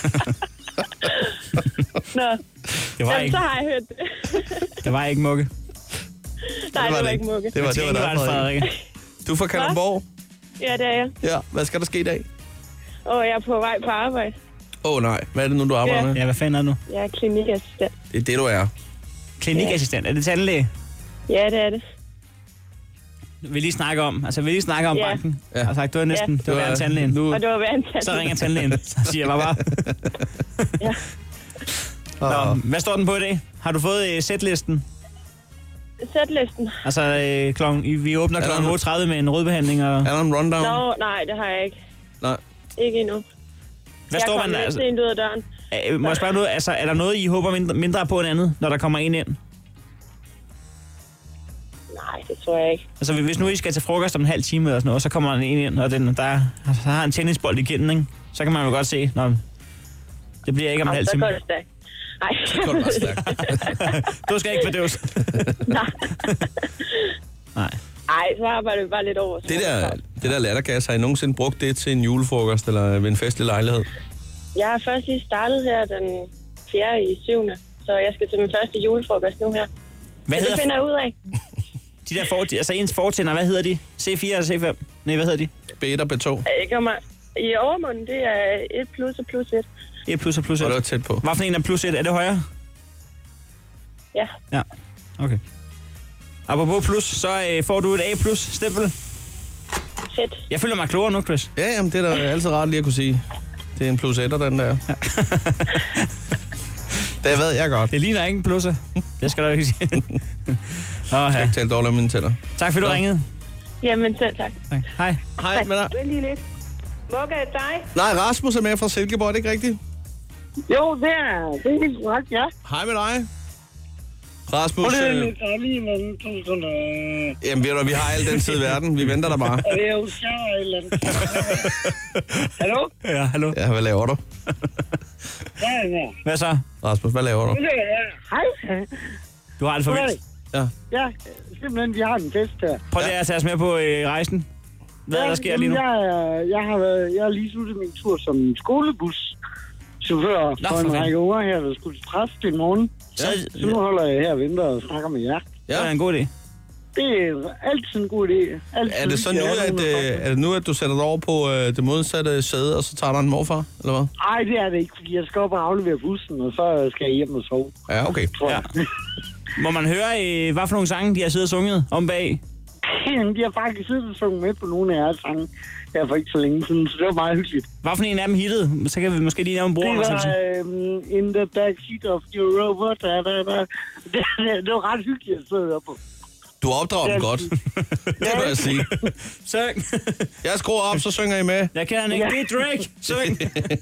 Nå, Det var jamen, ikke, så har jeg hørt det. det var ikke Mugge. Nej, det var ikke Mugge. Det var, det var Til der, gengæld Frederikke. Du er fra Kalundborg. Ja, det er jeg. Ja, hvad skal der ske i dag? Og jeg er på vej på arbejde. Åh oh, nej, hvad er det nu, du arbejder Ja. med? Ja, hvad fanden er du? Jeg er klinikassistent. Det er det, du er. Klinikassistent. Er det tandlæge? Ja, det er det. Vi lige snakke om, altså vi lige snakke om Ja. banken. Ja. Ja. Og sagt, du er næsten, Ja. du er en tandlægen. Nu, Og det var værd en tand. Så ringer tandlægen, så siger jeg bare, bare. Ja. Nå, hvad står den på i dag? Har du fået uh, sætlisten? Sætlisten. Altså, øh, klokken, i- vi åbner Er der klokken en- otte tredive med en rødbehandling, og er der en rundown? Nå, nej, det har jeg ikke. Nej. Ikke endnu. hvad jeg står kom man? lidt Altså, sent ud af døren. øh, må jeg spørge noget? Altså, er der noget, I håber mindre, mindre på end andet, når der kommer en ind? Nej, det tror jeg ikke. Altså, hvis nu I skal til frokost om en halv time eller sådan noget, så kommer der en ind, og den, der så har en tennisbold i kinden, ikke? Så kan man jo godt se, når det bliver ikke om en Jamen, halv så time. går det stærkt. Nej. Det går bare stærkt. Du skal ikke bedøves. Nej. Nej. Ej, så arbejder vi bare lidt over. Det der, det der lattergas, har I nogensinde brugt det til en julefrokost eller ved en festlig lejlighed? Jeg har først lige startet her den fjerde i syvende, så jeg skal til min første julefrokost nu her. Hvad Så det hedder finder jeg ud af. de der for, altså ens fortænder, hvad hedder de? C fire eller C fem? Nej, hvad hedder de? Beta B to. Jeg kommer i overmunden, det er et plus og plus et. et plus og plus Og det var et. tæt på. Hvad for en er plus et? Er det højere? Ja. Ja, okay. Apropos plus, så øh, får du et A plus stempel. Fedt. Jeg føler mig klogere nu, Chris. Ja, jamen, det er da altid rart lige at kunne sige. Det er en plus etter, den der. Ja. Det ved jeg godt. Det ligner ikke en plusser. Det skal du ikke sige. Jeg skal ikke tale dårligt om mine tænder. Tak fordi du ringede. Jamen selv tak. tak. Hej. Hej med dig. Vent lige lidt. Mokka, er dig? Nej, Rasmus er med fra Silkeborg, er det ikke rigtigt? Jo, det er, det er helt korrekt, ja. Hej med dig. Rasmus... Det er Øh... lidt dejligt, men tusind... Øh... Jamen ved du, vi har al den tid i verden. Vi venter der bare. Er det jo så eller andet? Hallo? Ja, hallo. Ja, hvad laver du? Ja, ja. Hvad så? Rasmus, hvad laver du? Hej. Du har det for vildt. Ja. Ja, simpelthen, vi har en fest her. Prøv lige at tage os med på øh, rejsen. Hvad ja, der sker lige nu? Jeg, jeg, har, været, jeg har lige sluttet min tur som skolebuschauffør for en række uger her, der skulle til præst i morgen. Så, så nu holder jeg her og venter og snakker med jer. Ja, det er en god idé. Det er altid en god idé. Altid Er det så nu, at, øh, er det nu, at du sætter dig over på øh, det modsatte sæde, og så tager der en morfar, eller hvad? Nej, det er det ikke, fordi jeg skal op og aflevere bussen, og så skal jeg hjem og sove. Ja, okay. Ja. Må man høre, øh, hvad for nogle sange, de har siddet og sunget om bag? De har faktisk siddet og sunget med på nogle af jeres sange her for ikke så længe siden, så det var meget hyggeligt. Hvad for en af dem hittede? Så kan vi måske lige nævne bror. Det var øhm, In the Backseat of Your Rover. Da, da, da. Det, det, det var ret hyggeligt at sidde op på. Du opdrager dem godt. Det må jeg sige. Syng. Jeg skruer op, så synger I med. Jeg kender ikke. Det er Drake. Syng.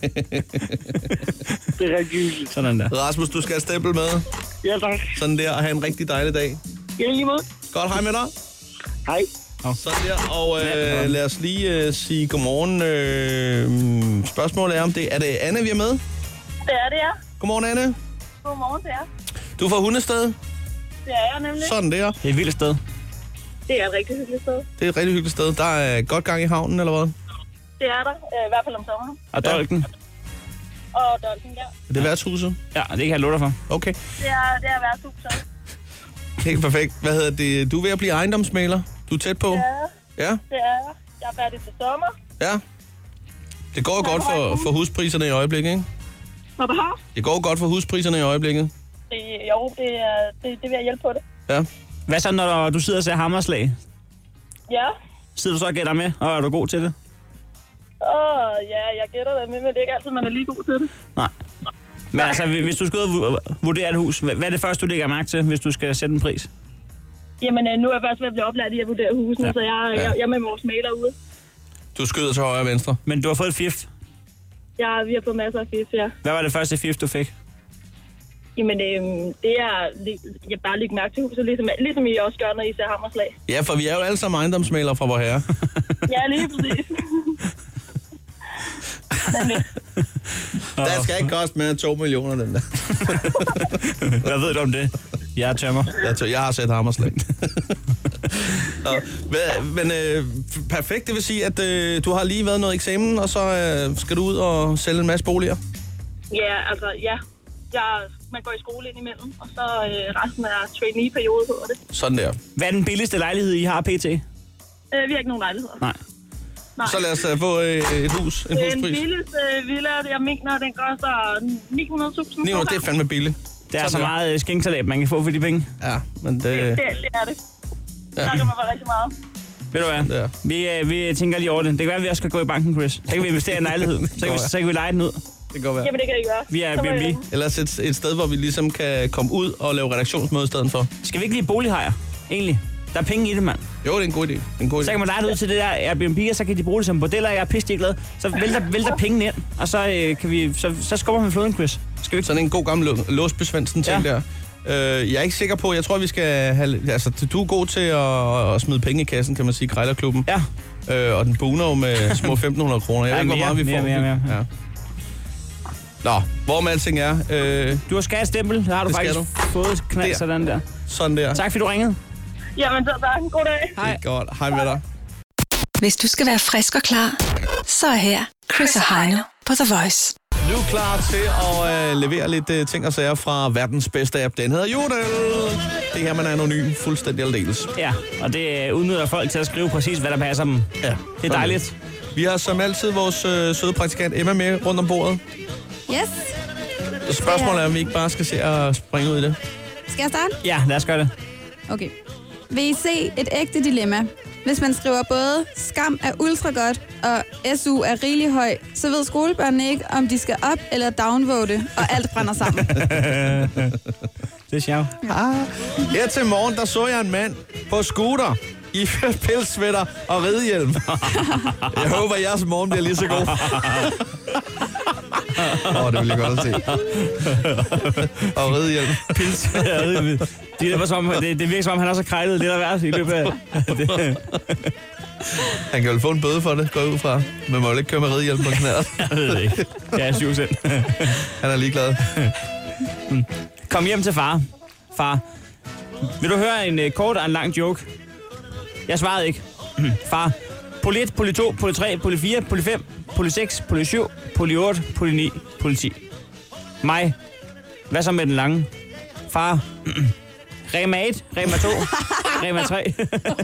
Det er rigtig hyggeligt. Sådan der. Rasmus, du skal have stempel med. Ja, tak. Sådan der, og have en rigtig dejlig dag. Ja, lige måde. Godt, hej med dig. Hej. Sådan der, og øh, lad os lige øh, sige godmorgen. Øh, spørgsmålet er, om det er det Anne, vi er med? Det er det, ja. Godmorgen, Anne. Godmorgen til jer. Du er fra Hundested? Det er jeg nemlig. Sådan der. Det er et vildt sted. Det er et rigtig hyggeligt sted. Det er et rigtig hyggeligt sted. Der er godt gang i havnen, eller hvad? Det er der, i hvert fald om sommeren. Og Dolken. Og Dolken, ja. Er det værtshuset? Ja, det kan jeg love dig for. Okay. Det er, det er værtshuset. Helt perfekt. Hvad hedder det? Du er ved at blive ejendomsmægler. Du er tæt på. Ja, Ja? det er jeg. Jeg er færdig til sommer. Ja. Det går jo godt for, for huspriserne i øjeblikket, ikke? Hvad du har? Det går godt for huspriserne i øjeblikket. Det, jo, det, er, det, det vil jeg hjælpe på det. Ja. Hvad så, når du sidder og ser hammerslag? Ja. Sidder du så og gætter med, og er du god til det? Åh, ja, jeg gætter det med, men det er ikke altid, man er lige god til det. Nej. Men altså, hvis du skal ud og vurdere et hus, hvad er det første, du lægger mærke til, hvis du skal sætte en pris? Jamen, nu er jeg først ved at blive oplært i at vurdere husene, ja. så jeg, jeg, jeg er med vores maler ude. Du skyder til højre og venstre. Men du har fået et fif. Ja, vi har fået masser af fif, ja. Hvad var det første fif, du fik? Jamen, øhm, det er... Jeg bare lægger mærke til huset, ligesom, ligesom I også gør, når I ser hammerslag. Ja, for vi er jo alle sammen ejendomsmælere fra vor herre. Ja, lige præcis. Der skal ikke koste mere end to millioner, den der. Hvad ved du om det? Jeg er tømmer. Jeg, tør, jeg har set hammerslag. Men øh, perfekt, det vil sige, at øh, du har lige været noget eksamen, og så øh, skal du ud og sælge en masse boliger? Ja, altså, ja. Jeg, man går i skole ind imellem, og så øh, resten er trainee-periode på det. Sådan der. Hvad er den billigste lejlighed, I har pt? Øh, vi har ikke nogen lejligheder. Nej. Nej. Så lad os uh, få uh, et hus, en Den huspris. billigste villa, jeg mener, den koster ni hundrede tusind. ni hundrede, det er fandme billigt. Det er så meget skænksalat, man kan få for de penge. Ja, men det... Det, det, det er det. Ja. Der kan man være rigtig meget. Ved du hvad? Ja. Vi, øh, vi tænker lige over det. Det kan være, at vi også skal gå i banken, Chris. Så kan vi investere i en lejlighed. Så kan vi, så kan vi leje den ud. Det kan godt være. Jamen, det kan I gøre. Vi er Så må jeg- Airbnb. Ellers et, et sted, hvor vi ligesom kan komme ud og lave redaktionsmøde i stedet for. Skal vi ikke lige bolighajer? Egentlig. Der er penge i det, mand. Jo, det er en god idé. Det er en god idé. Så kan man leje det ud til det der Airbnb, og så kan de bruge det som bordeller, og jeg er pisse glad. Så vælter, vælter pengene ind, og så, øh, kan vi, så, så skubber vi floden, Chris. Skal vi ikke? Sådan en god gammel Låsby Svendsen ting Ja. der. Øh, jeg er ikke sikker på, jeg tror, vi skal have... Altså, du er god til at, at smide penge i kassen, kan man sige, Krejlerklubben. Ja. Øh, og den buner jo med små femten hundrede kroner. Jeg Ja, ved ikke, hvor mere, meget vi mere, får. mere, mere. Ja. Nå, hvor med alting er. Øh, Du har skattestempel, der har du Det skal faktisk fået knald Der. sådan der. sådan der. Tak fordi du ringede. Jamen, så tak. God dag. Hej. Det er godt. Hej med dig. Hvis du skal være frisk og klar, så er her Chris og Heino på The Voice. Nu er klar til at øh, levere lidt øh, ting og sager fra verdens bedste app. Den hedder Jodel. Det her, man er anonym, fuldstændig aldeles. Ja, og det øh, udnytter folk til at skrive præcis, hvad der passer dem. Ja, Det er dejligt. Vi har som altid vores øh, søde praktikant Emma med rundt om bordet. Yes. Spørgsmålet er, om vi ikke bare skal se at springe ud i det. Skal jeg starte? Ja, lad os gøre det. Okay. Vil I se et ægte dilemma? Hvis man skriver både skam er ultra godt og S U er rigelig høj, så ved skolebørnene ikke, om de skal op eller downvote, og alt brænder sammen. Det er sjovt. Ah. Her til morgen, der så jeg en mand på scooter i pelssvætter og ridehjelm. Jeg håber, at jeres morgen bliver lige så god. Åh, oh, det vil jeg godt at se. Og ridehjelm. Pils. Det, er som, det, det virker som om, han har så krejlet lidt af værd i løbet af... Det. Han kan vel få en bøde for det, går jeg ud fra. Men må jo ikke køre med ridehjelm på knæret. Jeg ved det ikke. Jeg er syv cent. Han er ligeglad. Kom hjem til far. Far, vil du høre en uh, kort og en lang joke? Jeg svarede ikke. Far, poli et, poli to, poli tre, poli fire, poli fem, poli seks, poli syv, poli otte, poli ni, poli ti. Mig, hvad så med den lange? Far, Rema et, Rema to, Rema tre.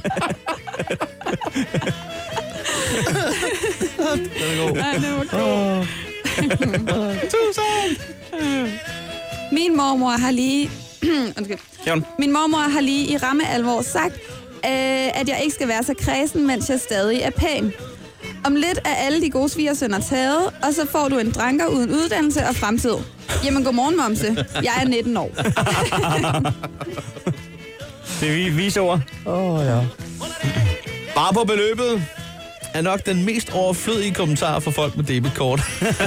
Det er god. Nej, det var god. Tusind! Min mormor har lige... Undskyld. Min mormor har lige i ramme alvor sagt, øh, at jeg ikke skal være så kræsen, mens jeg stadig er pæn. Om lidt er alle de gode svigersønner taget, og så får du en dranker uden uddannelse og fremtid. Jamen, godmorgen, momse. Jeg er nitten år. Det er vise ord. Åh, oh, ja. Bare på beløbet er nok den mest overflødige kommentar for folk med debitkort.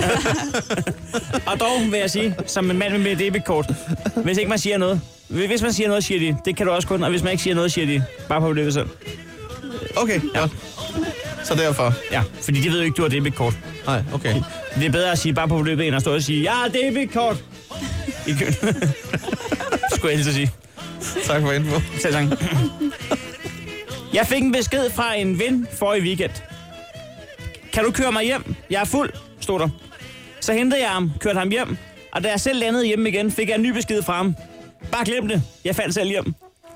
Og dog vil jeg sige, som en mand med debitkort, hvis ikke man siger noget. Hvis man siger noget, siger de, det kan du også kun, og hvis man ikke siger noget, siger de, bare på beløbet selv. Okay, ja. Så derfor? Ja, fordi de ved jo ikke, du har debitkort. Nej, okay. Det er bedre at sige bare på beløbet, end at stå og sige, jeg har debitkort. I køen. Skulle jeg helst sige. Tak for info. Selv tak. Jeg fik en besked fra en ven forrige weekend. Kan du køre mig hjem? Jeg er fuld, stod der. Så hentede jeg ham, kørte ham hjem, og da jeg selv landede hjemme igen, fik jeg en ny besked fra ham. Bare glem det. Jeg faldt selv hjem.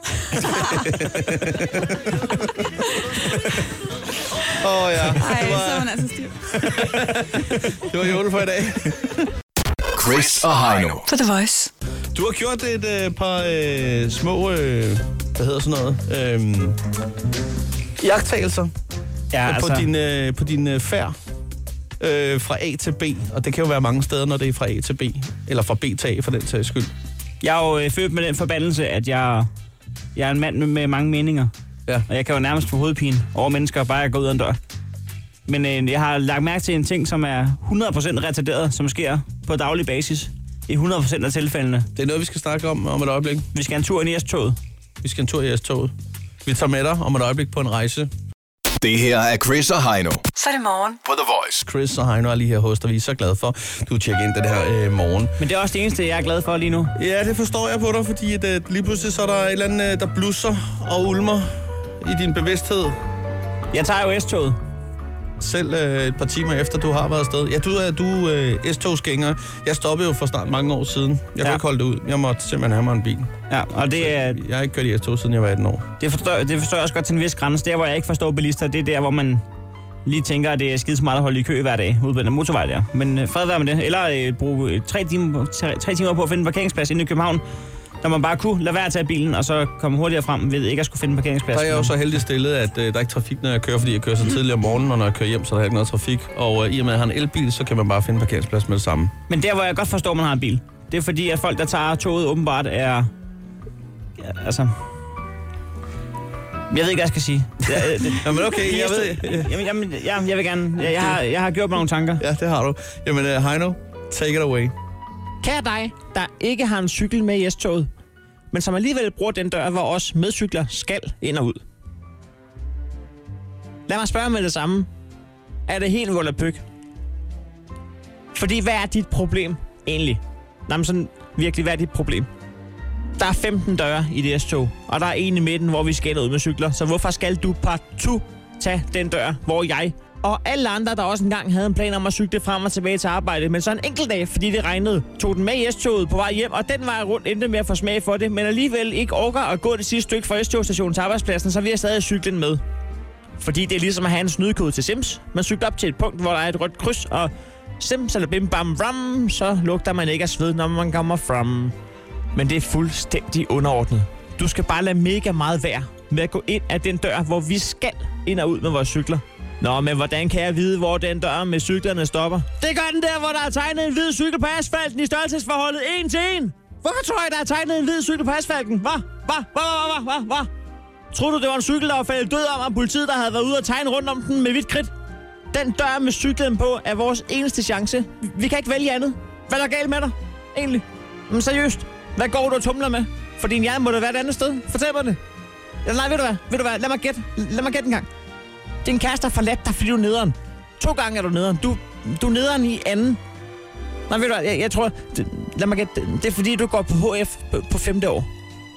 Åh oh, ja. Ej, det var... så var man altså styr. Det var jule for i dag. Chris og Heino. For The Voice. Du har gjort et øh, par øh, små, øh, hvad hedder sådan noget, øh, iagttagelser ja, på, altså... din, øh, på din øh, færd øh, fra A til B. Og det kan jo være mange steder, når det er fra A til B. Eller fra B til A, for den sags skyld. Jeg er jo øh, født med den forbandelse, at jeg, jeg er en mand med, med mange meninger. Ja. Og jeg kan jo nærmest få hovedpine over mennesker, bare jeg går ud af en dør. Men øh, jeg har lagt mærke til en ting, som er hundrede procent retarderet, som sker på daglig basis. I hundrede procent af tilfældene. Det er noget, vi skal snakke om om et øjeblik. Vi skal en tur i S-toget. Vi skal en tur i S-toget. Vi tager med dig om et øjeblik på en rejse. Det her er Chris og Heino. Så er det morgen. På The Voice. Chris og Heino er lige her hos dig. Vi er så glade for, at du tjekker ind den her øh, morgen. Men det er også det eneste, jeg er glad for lige nu. Ja, det forstår jeg på dig, fordi at, øh, lige pludselig så er der et eller andet, øh, der blusser og ulmer i din bevidsthed. Jeg tager jo S-toget. Selv øh, et par timer efter, du har været afsted. Ja, du er du øh, S-togsgænger. Jeg stoppede jo for snart mange år siden. Jeg ja. kunne ikke holde det ud. Jeg måtte simpelthen have mig en bil. Ja, og det er... Jeg har ikke kørt i S-tog, siden jeg var atten år. Det forstår, det forstår jeg også godt til en vis grænse. Der, hvor jeg ikke forstår bilister, det er der, hvor man lige tænker, at det er skide smart at holde i kø hver dag ude på den motorvej der. Men øh, fred være med det. Eller øh, bruge øh, tre, timer, tre, tre timer på at finde en parkeringsplads inde i København, når man bare kunne lade være at tage bilen, og så komme hurtigere frem ved ikke at skulle finde en parkeringsplads. Der er jeg jo så heldig stillet, at øh, der er ikke trafik, når jeg kører, fordi jeg kører så tidligt om morgenen, og når jeg kører hjem, så er der ikke noget trafik. Og øh, i og med at jeg har en elbil, så kan man bare finde en parkeringsplads med det samme. Men der, hvor jeg godt forstår, at man har en bil, det er fordi, at folk, der tager toget, åbenbart er... Ja, altså... Jeg ved ikke, hvad jeg skal sige. Ja, det... Jamen okay, jeg ved... Jamen, jamen, ja, jeg vil gerne... Jeg, jeg, har, jeg har gjort mig nogle tanker. Ja, det har du. Jamen, uh, Heino, take it away. Kære dig, der ikke har en cykel med i S-toget, men som alligevel bruger den dør, hvor os medcykler skal ind og ud. Lad mig spørge med det samme. Er det helt volapyk? Fordi hvad er dit problem egentlig? Nå, men sådan virkelig, hvad er dit problem? Der er femten døre i det S-tog, og der er en i midten, hvor vi skal ud med cykler. Så hvorfor skal du partout tage den dør, hvor jeg og alle andre, der også engang havde en plan om at cykle frem og tilbage til arbejde, men så en enkelt dag, fordi det regnede, tog den med i S-toget på vej hjem, og den vej rundt endte med at få smag for det, men alligevel ikke orker at gå det sidste stykke fra S-togstationen til arbejdspladsen, så vil jeg stadig cykle den med. Fordi det er ligesom at have en snydekode til Sims. Man cykler op til et punkt, hvor der er et rødt kryds, og Sims eller bim bam ram, så lugter man ikke af sved, når man kommer frem. Men det er fuldstændig underordnet. Du skal bare lade mega meget være, med at gå ind af den dør, hvor vi skal ind og ud med vores cykler. Nå, men hvordan kan jeg vide, hvor den dør med cyklerne stopper? Det gør den der, hvor der er tegnet en hvid cykel på asfalten i størrelsesforholdet en til en. Hvorfor tror jeg, der er tegnet en hvid cykel på asfalten? Hvad? Hvad? Hvad? Hvad? Hvad? Hvad? Tror du, det var en cykel, der var faldet død om, og politiet, der havde været ude og tegne rundt om den med hvidt kridt? Den dør med cyklen på er vores eneste chance. Vi kan ikke vælge andet. Hvad er der galt med dig? Egentlig. Men seriøst. Hvad går du og tumler med? For din hjerne må da være et andet sted. Fortæl mig det. Eller nej, ved du hvad? Ved du hvad? Lad mig gætte. Lad mig gætte en gang. Din kæreste har forladt dig, fordi du er nederen. To gange er du nederen. Du, du er nederen i anden. Nej, ved du hvad? Jeg, jeg tror... Det, lad mig gætte. Det er fordi, du går på H F på, på femte år.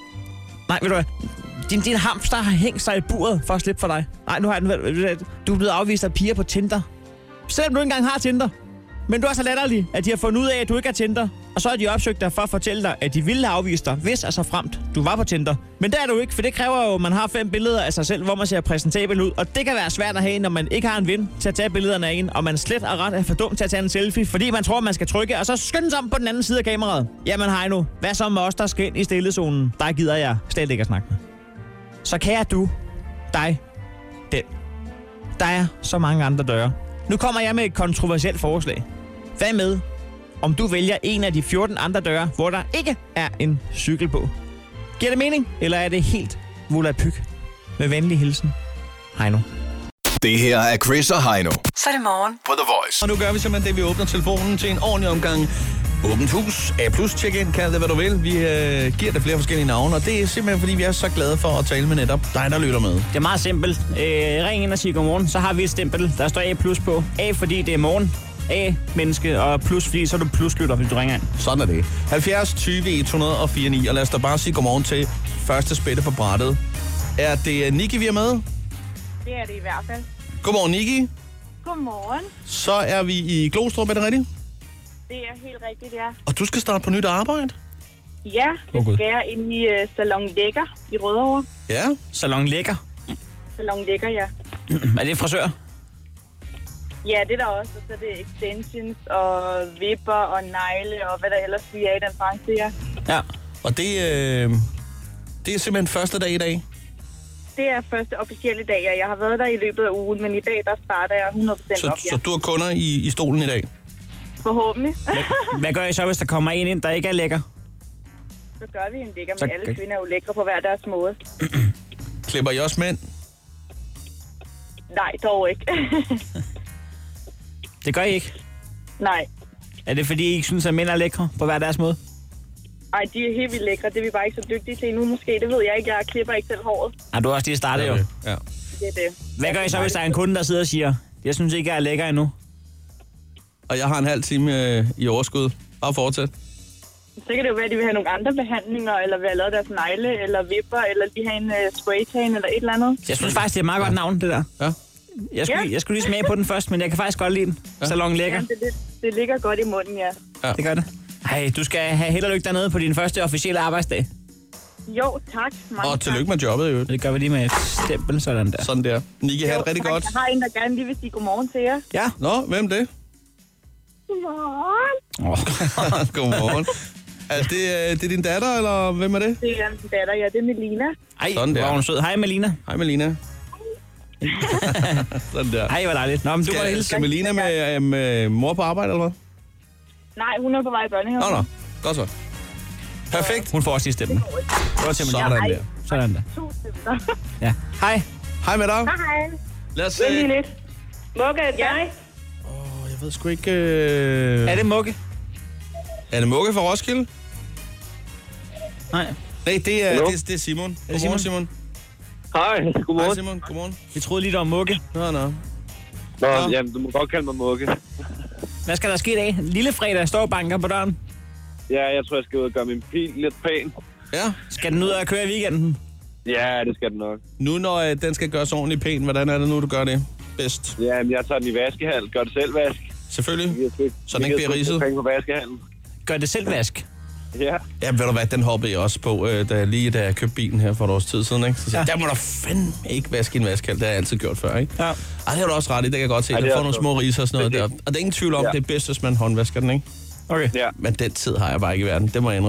Nej, ved du hvad? Din, din hamster har hængt sig i buret for at slippe for dig. Nej, nu har jeg den. Du er blevet afvist af piger på Tinder. Selvom du ikke engang har Tinder. Men du er så latterlig, at de har fundet ud af, at du ikke har Tinder. Og så har de opsøgt dig for at fortælle dig, at de ville have afvist dig, hvis altså fremt du var på Tinder. Men det er du ikke, for det kræver jo, at man har fem billeder af sig selv, hvor man ser præsentabel ud. Og det kan være svært at have, når man ikke har en ven til at tage billederne af en, og man slet og ret er for dum til at tage en selfie, fordi man tror, man skal trykke, og så skynde sig om på den anden side af kameraet. Jamen Heino, hvad så med os, der skal ind i stillezonen? Der gider jeg slet ikke at snakke med. Så kære du, dig, den. Der er så mange andre døre. Nu kommer jeg med et kontroversielt forslag. Hvad med, om du vælger en af de fjorten andre døre, hvor der ikke er en cykel på? Giver det mening, eller er det helt volapyk? Med venlig hilsen, Heino. Det her er Chris og Heino. Så er det morgen på The Voice. Og nu gør vi simpelthen det, vi åbner telefonen til en ordentlig omgang. Åbent hus, A plus check-in, kald det hvad du vil. Vi øh, giver det flere forskellige navne, og det er simpelthen fordi, vi er så glade for at tale med netop dig, der lytter med. Det er meget simpelt. Øh, ring ind og sig godmorgen, så har vi et stempel, der står A plus på. A, fordi det er morgen. A-menneske, og plus, fordi så er du pluslytter, hvis du ringer ind. Sådan er det. halvfjerds tyve et nul fire ni, og lad os da bare sige godmorgen til første spætte på brættet. Er det Niki, vi er med? Det er det i hvert fald. Godmorgen, Niki. Godmorgen. Så er vi i Glostrup, er det rigtigt? Det er helt rigtigt, ja. Og du skal starte på nyt arbejde? Ja, det okay. skal jeg ind i uh, Salon Lækker i Rødovre. Ja. Salon Lækker? Salon Lækker, ja. Er det frisør? Ja, det er der også. Og så er det extensions og vipper og negle og hvad der ellers vi er i den branche, ja. Ja, og det, øh, det er simpelthen første dag i dag? Det er første officielle dag, og jeg har været der i løbet af ugen, men i dag der starter jeg hundrede procent så, op, ja. Så du har kunder i, i stolen i dag? Forhåbentlig. Hvad, hvad gør I så, hvis der kommer en ind, der ikke er lækker? Så gør vi en lækker, så... men alle kvinder er jo lækre på hver deres måde. Klipper I også mænd? Nej, dog ikke. Det gør I ikke? Nej. Er det fordi, I ikke synes, at mænd er lækre på hver deres måde? Ej, de er helt vildt lækre. Det er vi bare ikke så dygtige til endnu, måske. Det ved jeg ikke. Jeg klipper ikke selv håret. Ah, du har også lige startet, jo. Ja. Det er det. Hvad gør I så, hvis der er en kunde, der sidder og siger, jeg synes ikke, jeg er lækker endnu? Og jeg har en halv time øh, i overskud. Bare fortsæt. Så kan det jo være, at de vil have nogle andre behandlinger, eller vil have lavet deres negle, eller vipper, eller de har en uh, spraytan, eller et eller andet. Jeg synes faktisk, det er et meget godt navn, det der. Ja. Jeg skulle, ja. jeg skulle lige smage på den først, men jeg kan faktisk godt lide den. Ja. Salon Lækker. Ja, det, det ligger godt i munden, ja. Ja. Det gør det. Ej, du skal have held og lykke dernede på din første officielle arbejdsdag. Jo, tak. Mange og tillykke tak. med jobbet, jo. Det gør vi lige med et stempel, sådan der. Sådan der. Niki, have det rigtig tak. godt. Jeg har en, der gerne lige vil sige godmorgen til jer. Ja. Nå, hvem det? Godmorgen. Oh. Godmorgen. Er det, det er din datter, eller hvem er det? Det er min datter, ja. Det er Melina. Ej, sådan der. Hvor hun sød. Hej, Melina. Hej, Melina. Sådan der. Ej, hvor dejligt. Nå, men du skal, var hilse. Skal Melina med, øh, med mor på arbejde, eller hvad? Nej, hun er på vej i børnehave. Nå, nå. Godt så. Perfekt. Hun får også lige stemmen. Sådan der. Sådan der. Tusind tak. Ja. Hej. Hej med dig. Hej. Lad os se. Vent lige lidt. Mugge, er det dig? Åh, jeg ved sgu ikke... Øh... Er det Mugge? Er det Mugge fra Roskilde? Nej. Nej, det er, det, det er Simon. Godmorgen, Simon. Simon. Hej, godmorgen. Hej, Simon. Godmorgen. Vi troede lige, det var Mugge. Nå, nå. Nå, nå. Jamen, du må godt kalde mig Mugge. Hvad skal der ske i dag? Lille fredag står banker på døren. Ja, jeg tror, jeg skal ud og gøre min bil lidt pæn. Ja. Skal den ud og køre i weekenden? Ja, det skal den nok. Nu, når øh, den skal gøres ordentligt pæn, hvordan er det nu, du gør det bedst? Ja, men jeg tager den i vaskehal. Gør det selv vask. Selvfølgelig. Så den ikke bliver ridset. Penge på vaskehallen. Gør det selv vask? Ja. Ja, ved du hvad, den hoppede jeg også på, øh, da, lige da jeg købte bilen her for et års tid siden, ikke? Så siger, ja. Der må du fandme ikke vaske en vaskehal. Det har jeg altid gjort før, ikke? Ja. Ej, det har du også ret i, det kan jeg godt se. Ej, Den får nogle små riser og sådan noget det, der. Og det er ingen tvivl om, ja. Det er bedst, hvis man håndvasker den, ikke? Okay. Ja. Men den tid har jeg bare ikke i verden, det må jeg indrømme.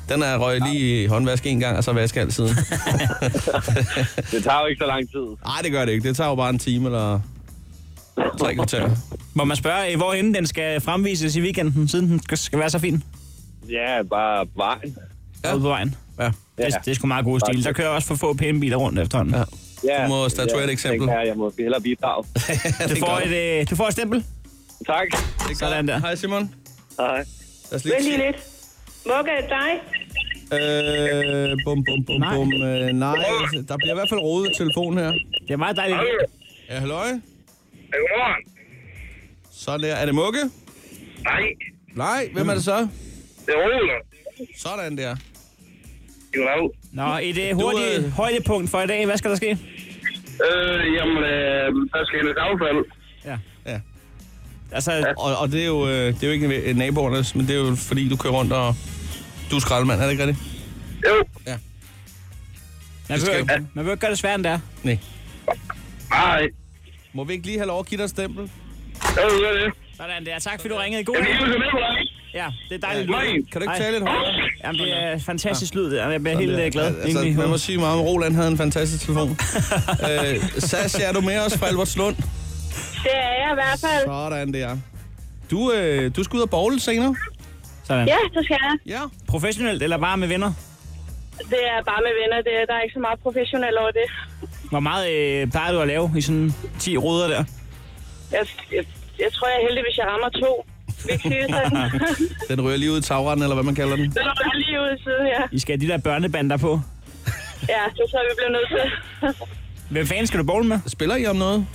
Den er røg lige i håndvask en gang, og så vaske alt siden. Det tager jo ikke så lang tid. Nej, det gør det ikke. Det tager jo bare en time eller tre kvarter. Må man spørge, hvorhenne den skal fremvises i weekenden, siden den skal, skal være så fin? Ja, bare vejen. Ja. Ude på vejen. Ja. Det, det er sgu meget god stil. Der kører også for få pæne biler rundt efterhånden. Ja. Ja, du må statuere ja, et eksempel. Jeg, jeg må hellere bidrage. du, får et, øh, du får et stempel. Tak. Det sådan der. Hej Simon. Hej. Vent lige lidt. Mugge, er det dig? Øh, bum, bum, bum, bum. Øh, nej, der bliver i hvert fald rodet i telefonen her. Det er meget dejligt. Ja, halløj. Godmorgen. Sådan der. Er det Mugge? Nej. Nej, hvem er det så? Det er Roland. Sådan der. Goddag. Nå, et uh, hurtigt Du, øh... højdepunkt for i dag. Hvad skal der ske? Øh, jamen, øh, der skal hældes affald. Ja. Ja. Altså, ja. Og, og det er jo, øh, det er jo ikke naboernes, men det er jo fordi, du kører rundt og... Du er skraldemand, er det ikke rigtigt? Jo. Ja. Man behøver, ja. man behøver ikke gøre det sværere end det er. Nej. Nej. Må vi ikke lige have lov at give dig et stempel? Jo, det er det. Sådan der. Tak fordi du ringede. God dag. Ja, det er dejligt. Ja, kan du ikke tale lidt højere? Jamen, det er fantastisk lyd. Jeg bliver helt der. glad. Altså, man må sige meget om, Roland havde en fantastisk telefon. øh, Sasha, er du med os fra Albertslund? Det er jeg i hvert fald. Sådan der. Du, øh, du skal ud og bowle senere? Sådan. Ja, det skal jeg. Ja. Professionelt eller bare med venner? Det er bare med venner. Det er, der er ikke så meget professionelt over det. Hvor meget øh, plejer du at lave i sådan ti ruder der? Jeg, jeg, jeg tror, jeg er heldig, hvis jeg rammer to. Den rører lige ud i tagretten, eller hvad man kalder den? Den rører lige ud i siden, ja. I skal have de der børnebander på. Ja, det tror jeg, vi bliver nødt til. Hvem fanden skal du bowle med? Spiller I om noget?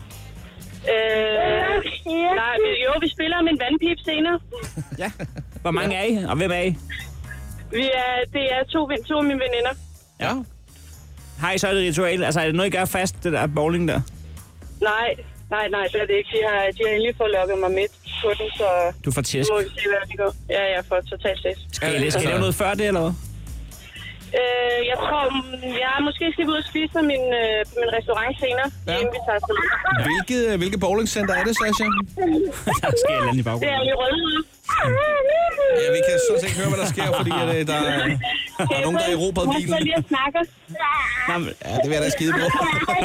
Øh, nej, jo, vi spiller om en vandpip senere. Ja. Hvor mange er I, og hvem er I? Vi er, det er to, to af mine veninder. Ja. Har I så et ritual? Altså, er det noget, I gør fast, det der bowling der? Nej, nej, nej, det er det ikke. De har, de har endelig fået lukket mig midt på den, så... Du får tæsk. Nu må vi se, hvad vi går. Ja, jeg får totalt tæsk. Skal I lave noget før det, eller hvad? Øh, jeg tror, jeg måske skal ud og spise på min, øh, min restaurant senere, ja. Inden vi tager afsted. Hvilke, hvilke bowlingcenter er det, Sasha? Der sker et i baggrunden. Det er i Rødhede. Ja, vi kan sådan set ikke høre, hvad der sker, fordi at, der, der, der er nogen, der er erobret bilen. Jeg skal lige at snakke. Ja, det vil jeg da skide på.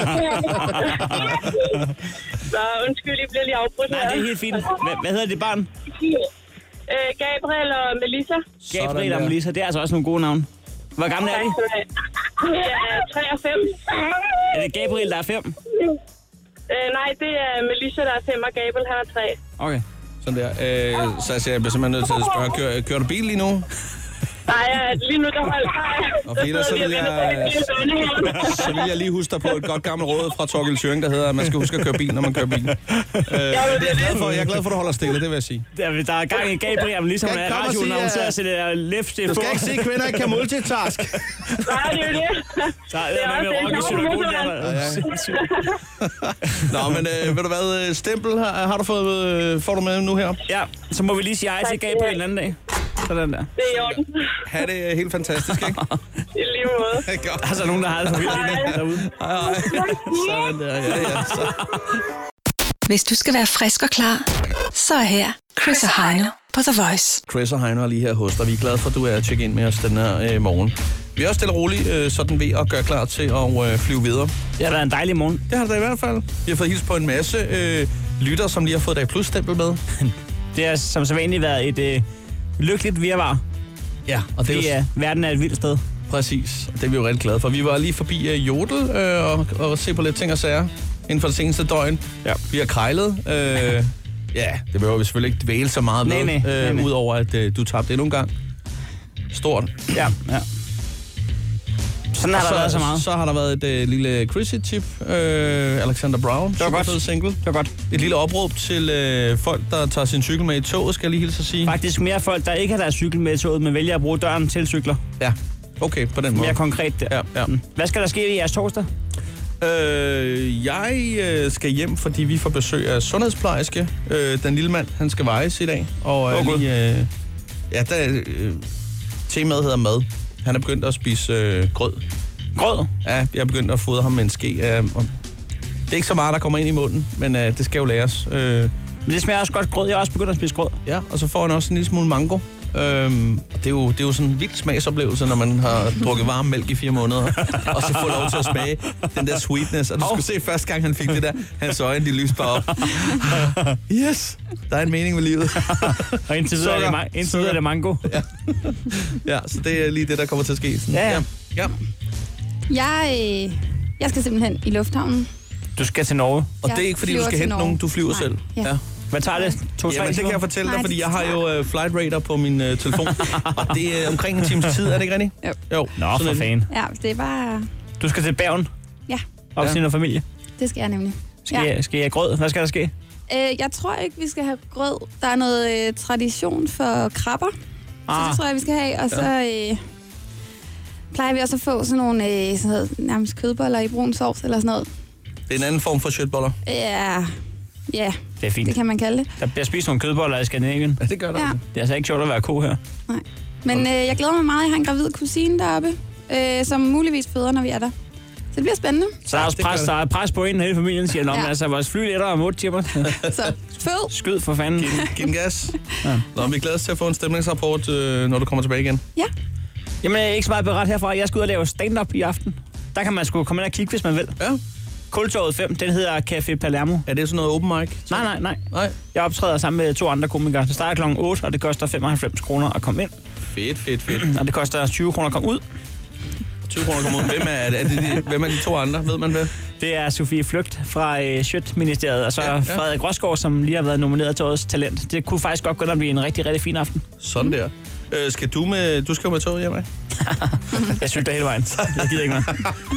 Så undskyld, I bliver lige afbrudt. Nej, det er helt fint. Hvad, hvad hedder det barn? Øh, Gabriel og Melissa. Gabriel og Melissa, det er altså også nogle gode navne. Hvor gamle er de? Det er tre og fem. Er det Gabriel, der er fem? Øh, nej, det er Melissa, der er fem, og Gabriel, han er tre. Okay. Sådan der. Øh, Sasha, jeg bliver simpelthen nødt til at spørge, kører, kører du bil lige nu? Nej, lige nu der holder jeg. Og Peter, så vil jeg, så vil jeg lige huske dig på et godt gammelt råd fra Torgild Thøring, der hedder, at man skal huske at køre bil, når man kører bil. Øh, det er jeg glad for. Jeg er glad for, at du holder stille, det vil jeg sige. Der, der er gang i Gabriel, ligesom en radio, når hun sidder og sætter lift. Du skal ikke se, at kvinder ikke kan multitask. Nej, det er det. Så er det med Rocky Synagogen der. Nå, men øh, ved du hvad, stempel har, har du fået, øh, får du med nu her? Ja, så må vi lige sige ej til Gabriel en anden dag. Sådan der. Det er i orden. Ha' det helt fantastisk, ikke? I lige måde. Godt. Altså nogen, der har det for vildt derude. Hej, hej. Sådan der, ja, ja. Så. Hvis du skal være frisk og klar, så er her Chris og Heino på The Voice. Chris og Heino er lige her hos dig. Vi er glade for, at du er at tjekke ind med os den her øh, morgen. Vi er også stille og roligt øh, sådan ved at gøre klar til at øh, flyve videre. Det har været en dejlig morgen. Det har det da i hvert fald. Vi har fået hils på en masse øh, lytter, som lige har fået dag plus stempel med. Det har som så vanligt været et øh, lykkeligt virvar. Ja, og det Fordi, er jo... øh, verden er et vildt sted. Præcis, det er vi jo rigtig glade for. Vi var lige forbi uh, Jodel øh, og, og se på lidt ting og sager inden for det seneste døgn. Ja. Vi har krejlet. Øh, ja, det behøver vi selvfølgelig ikke dvæle så meget nej, med, nej, øh, nej, nej. udover at øh, du tabte endnu en gang. Stort. Ja, ja. Sådan har og der så, været så meget. Så har der været et øh, lille Chrissy-tip. Øh, Alexander Brown. Det var godt. Fed single. Det var godt. Et lille opråb til øh, folk, der tager sin cykel med i toget, skal jeg lige hilse at sige. Faktisk mere folk, der ikke har deres cykel med i toget, men vælger at bruge døren til cykler. Ja, okay, på den måde. Mere konkret der. Ja, ja. Hvad skal der ske i jeres torsdag? Øh, jeg øh, skal hjem, fordi vi får besøg af sundhedsplejerske. Øh, den lille mand, han skal vejes i dag. Og øh, Okay. lige, øh, ja, der, øh, temaet hedder mad. Han er begyndt at spise øh, grød. Grød? Ja, jeg er begyndt at fodre ham med en ske. Øh, og det er ikke så meget, der kommer ind i munden, men øh, det skal jo læres. Øh, Men det smager også godt grød. Jeg har også begyndt at spise grød. ja, og så får han også en lille smule mango. Øhm, det, er jo, det er jo sådan en vild smagsoplevelse, når man har drukket varm mælk i fire måneder, og så får lov til at smage den der sweetness. Og du skulle se, første gang han fik det der, hans øjne, de lyste bare op. Yes, der er en mening med livet. Og indtil videre er det, ma- indtil videre er det mango. Ja. Ja, så det er lige det, der kommer til at ske. Sådan. Ja, ja. Ja. Jeg, øh, jeg skal simpelthen i lufthavnen. Du skal til Norge. Og det er ikke, fordi du skal hente Norge. nogen, du flyver Nej. selv. Ja. Ja. Hvad tager det? To, Jamen, det kan jeg fortælle dig, Nej, fordi det jeg har tager- jo uh, Flight Radar på min uh, telefon. Og det er omkring en times tid, er det ikke rigtigt? Jo. Jo. Nå, sådan for en- fanden. Ja, det er bare... Du skal til Bergen Ja, og Ja. til noget familie. det skal jeg nemlig. Skal, Ja. jeg, skal jeg grød? Hvad skal der ske? Øh, jeg tror ikke, vi skal have grød. Der er noget øh, tradition for krabber. Ah. Så Ah. det tror jeg, vi skal have. Og så øh, plejer vi også at få sådan nogle øh, sådan noget, nærmest kødboller i brun sovs eller sådan noget. Det er en anden form for shitboller. Ja, ja, Det er fint. det kan man kalde det. Der bliver spist nogle kødboller i Skandinavien. Ja, det gør der. Ja. altså. Det er altså ikke sjovt at være ko her. Nej. Men øh, jeg glæder mig meget. Jeg har en gravid kusine deroppe, øh, som muligvis føder, når vi er der. Så det bliver spændende. Så er der også det gør pres, det. der er pres på en hele familien, siger, ja. Ja. altså, vores fly letter om otte timer. Så fød. Skyd for fanden. Giv den gas. Ja. Nå, vi glæder os til at få en stemningsrapport, øh, når du kommer tilbage igen. Ja. Jamen, jeg er ikke så meget beret herfra. Jeg skal ud og lave stand-up i aften. Der kan man sgu komme ind og kigge, hvis man vil. Ja. Kultorvet fem, den hedder Café Palermo. Er det sådan noget open mic? Nej, nej, nej. Nej. Jeg optræder sammen med to andre komikere. Det starter klokken otte, og det koster femoghalvfems kroner at komme ind. Fedt, fedt, fedt. Og det koster tyve kroner at komme ud. tyve kroner kommer ud. Hvem er, er, det, er det de, hvem er de to andre? Ved man det? Det er Sofie Flygt fra øh, Sjøt-ministeriet, og så Ja, ja, ja. ja. Frederik Rosgaard, som lige har været nomineret til årets talent. Det kunne faktisk godt gå ind og blive en rigtig, rigtig fin aften. Sådan der. Øh, skal du med... Du skal jo med toget hjem, ikke? Jeg synes det hele vejen. Jeg gider ikke mere.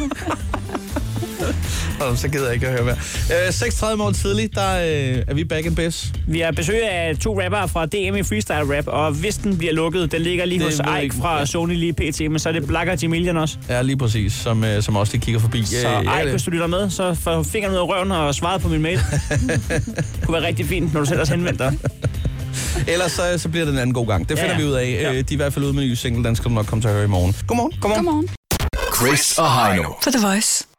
Nå, så gider jeg ikke at høre mere. Øh, seks tredive måneder tidligt, der øh, er vi back in biz. Vi har besøg af to rappere fra D M i Freestyle Rap, og hvis den bliver lukket, den ligger lige Det hos ved jeg Ike ikke. fra Ja. Sony lige pt, men så er det Blacker Jamilian også. Ja, lige præcis, som, øh, som også lige kigger forbi. Så Øh, ja, Ike, det- hvis du lytter med, så får fingeren ud af røven og svaret på min mail. Det kunne være rigtig fint, når du selv har henvendt dig. Ellers så, så bliver det en anden god gang. Det finder Ja, ja. vi ud af. Ja. Øh, de er i hvert fald ude med en ny single, den skal du nok komme til at høre i morgen. Godmorgen. Godmorgen. Godmorgen. Chris og Heino. På The Voice.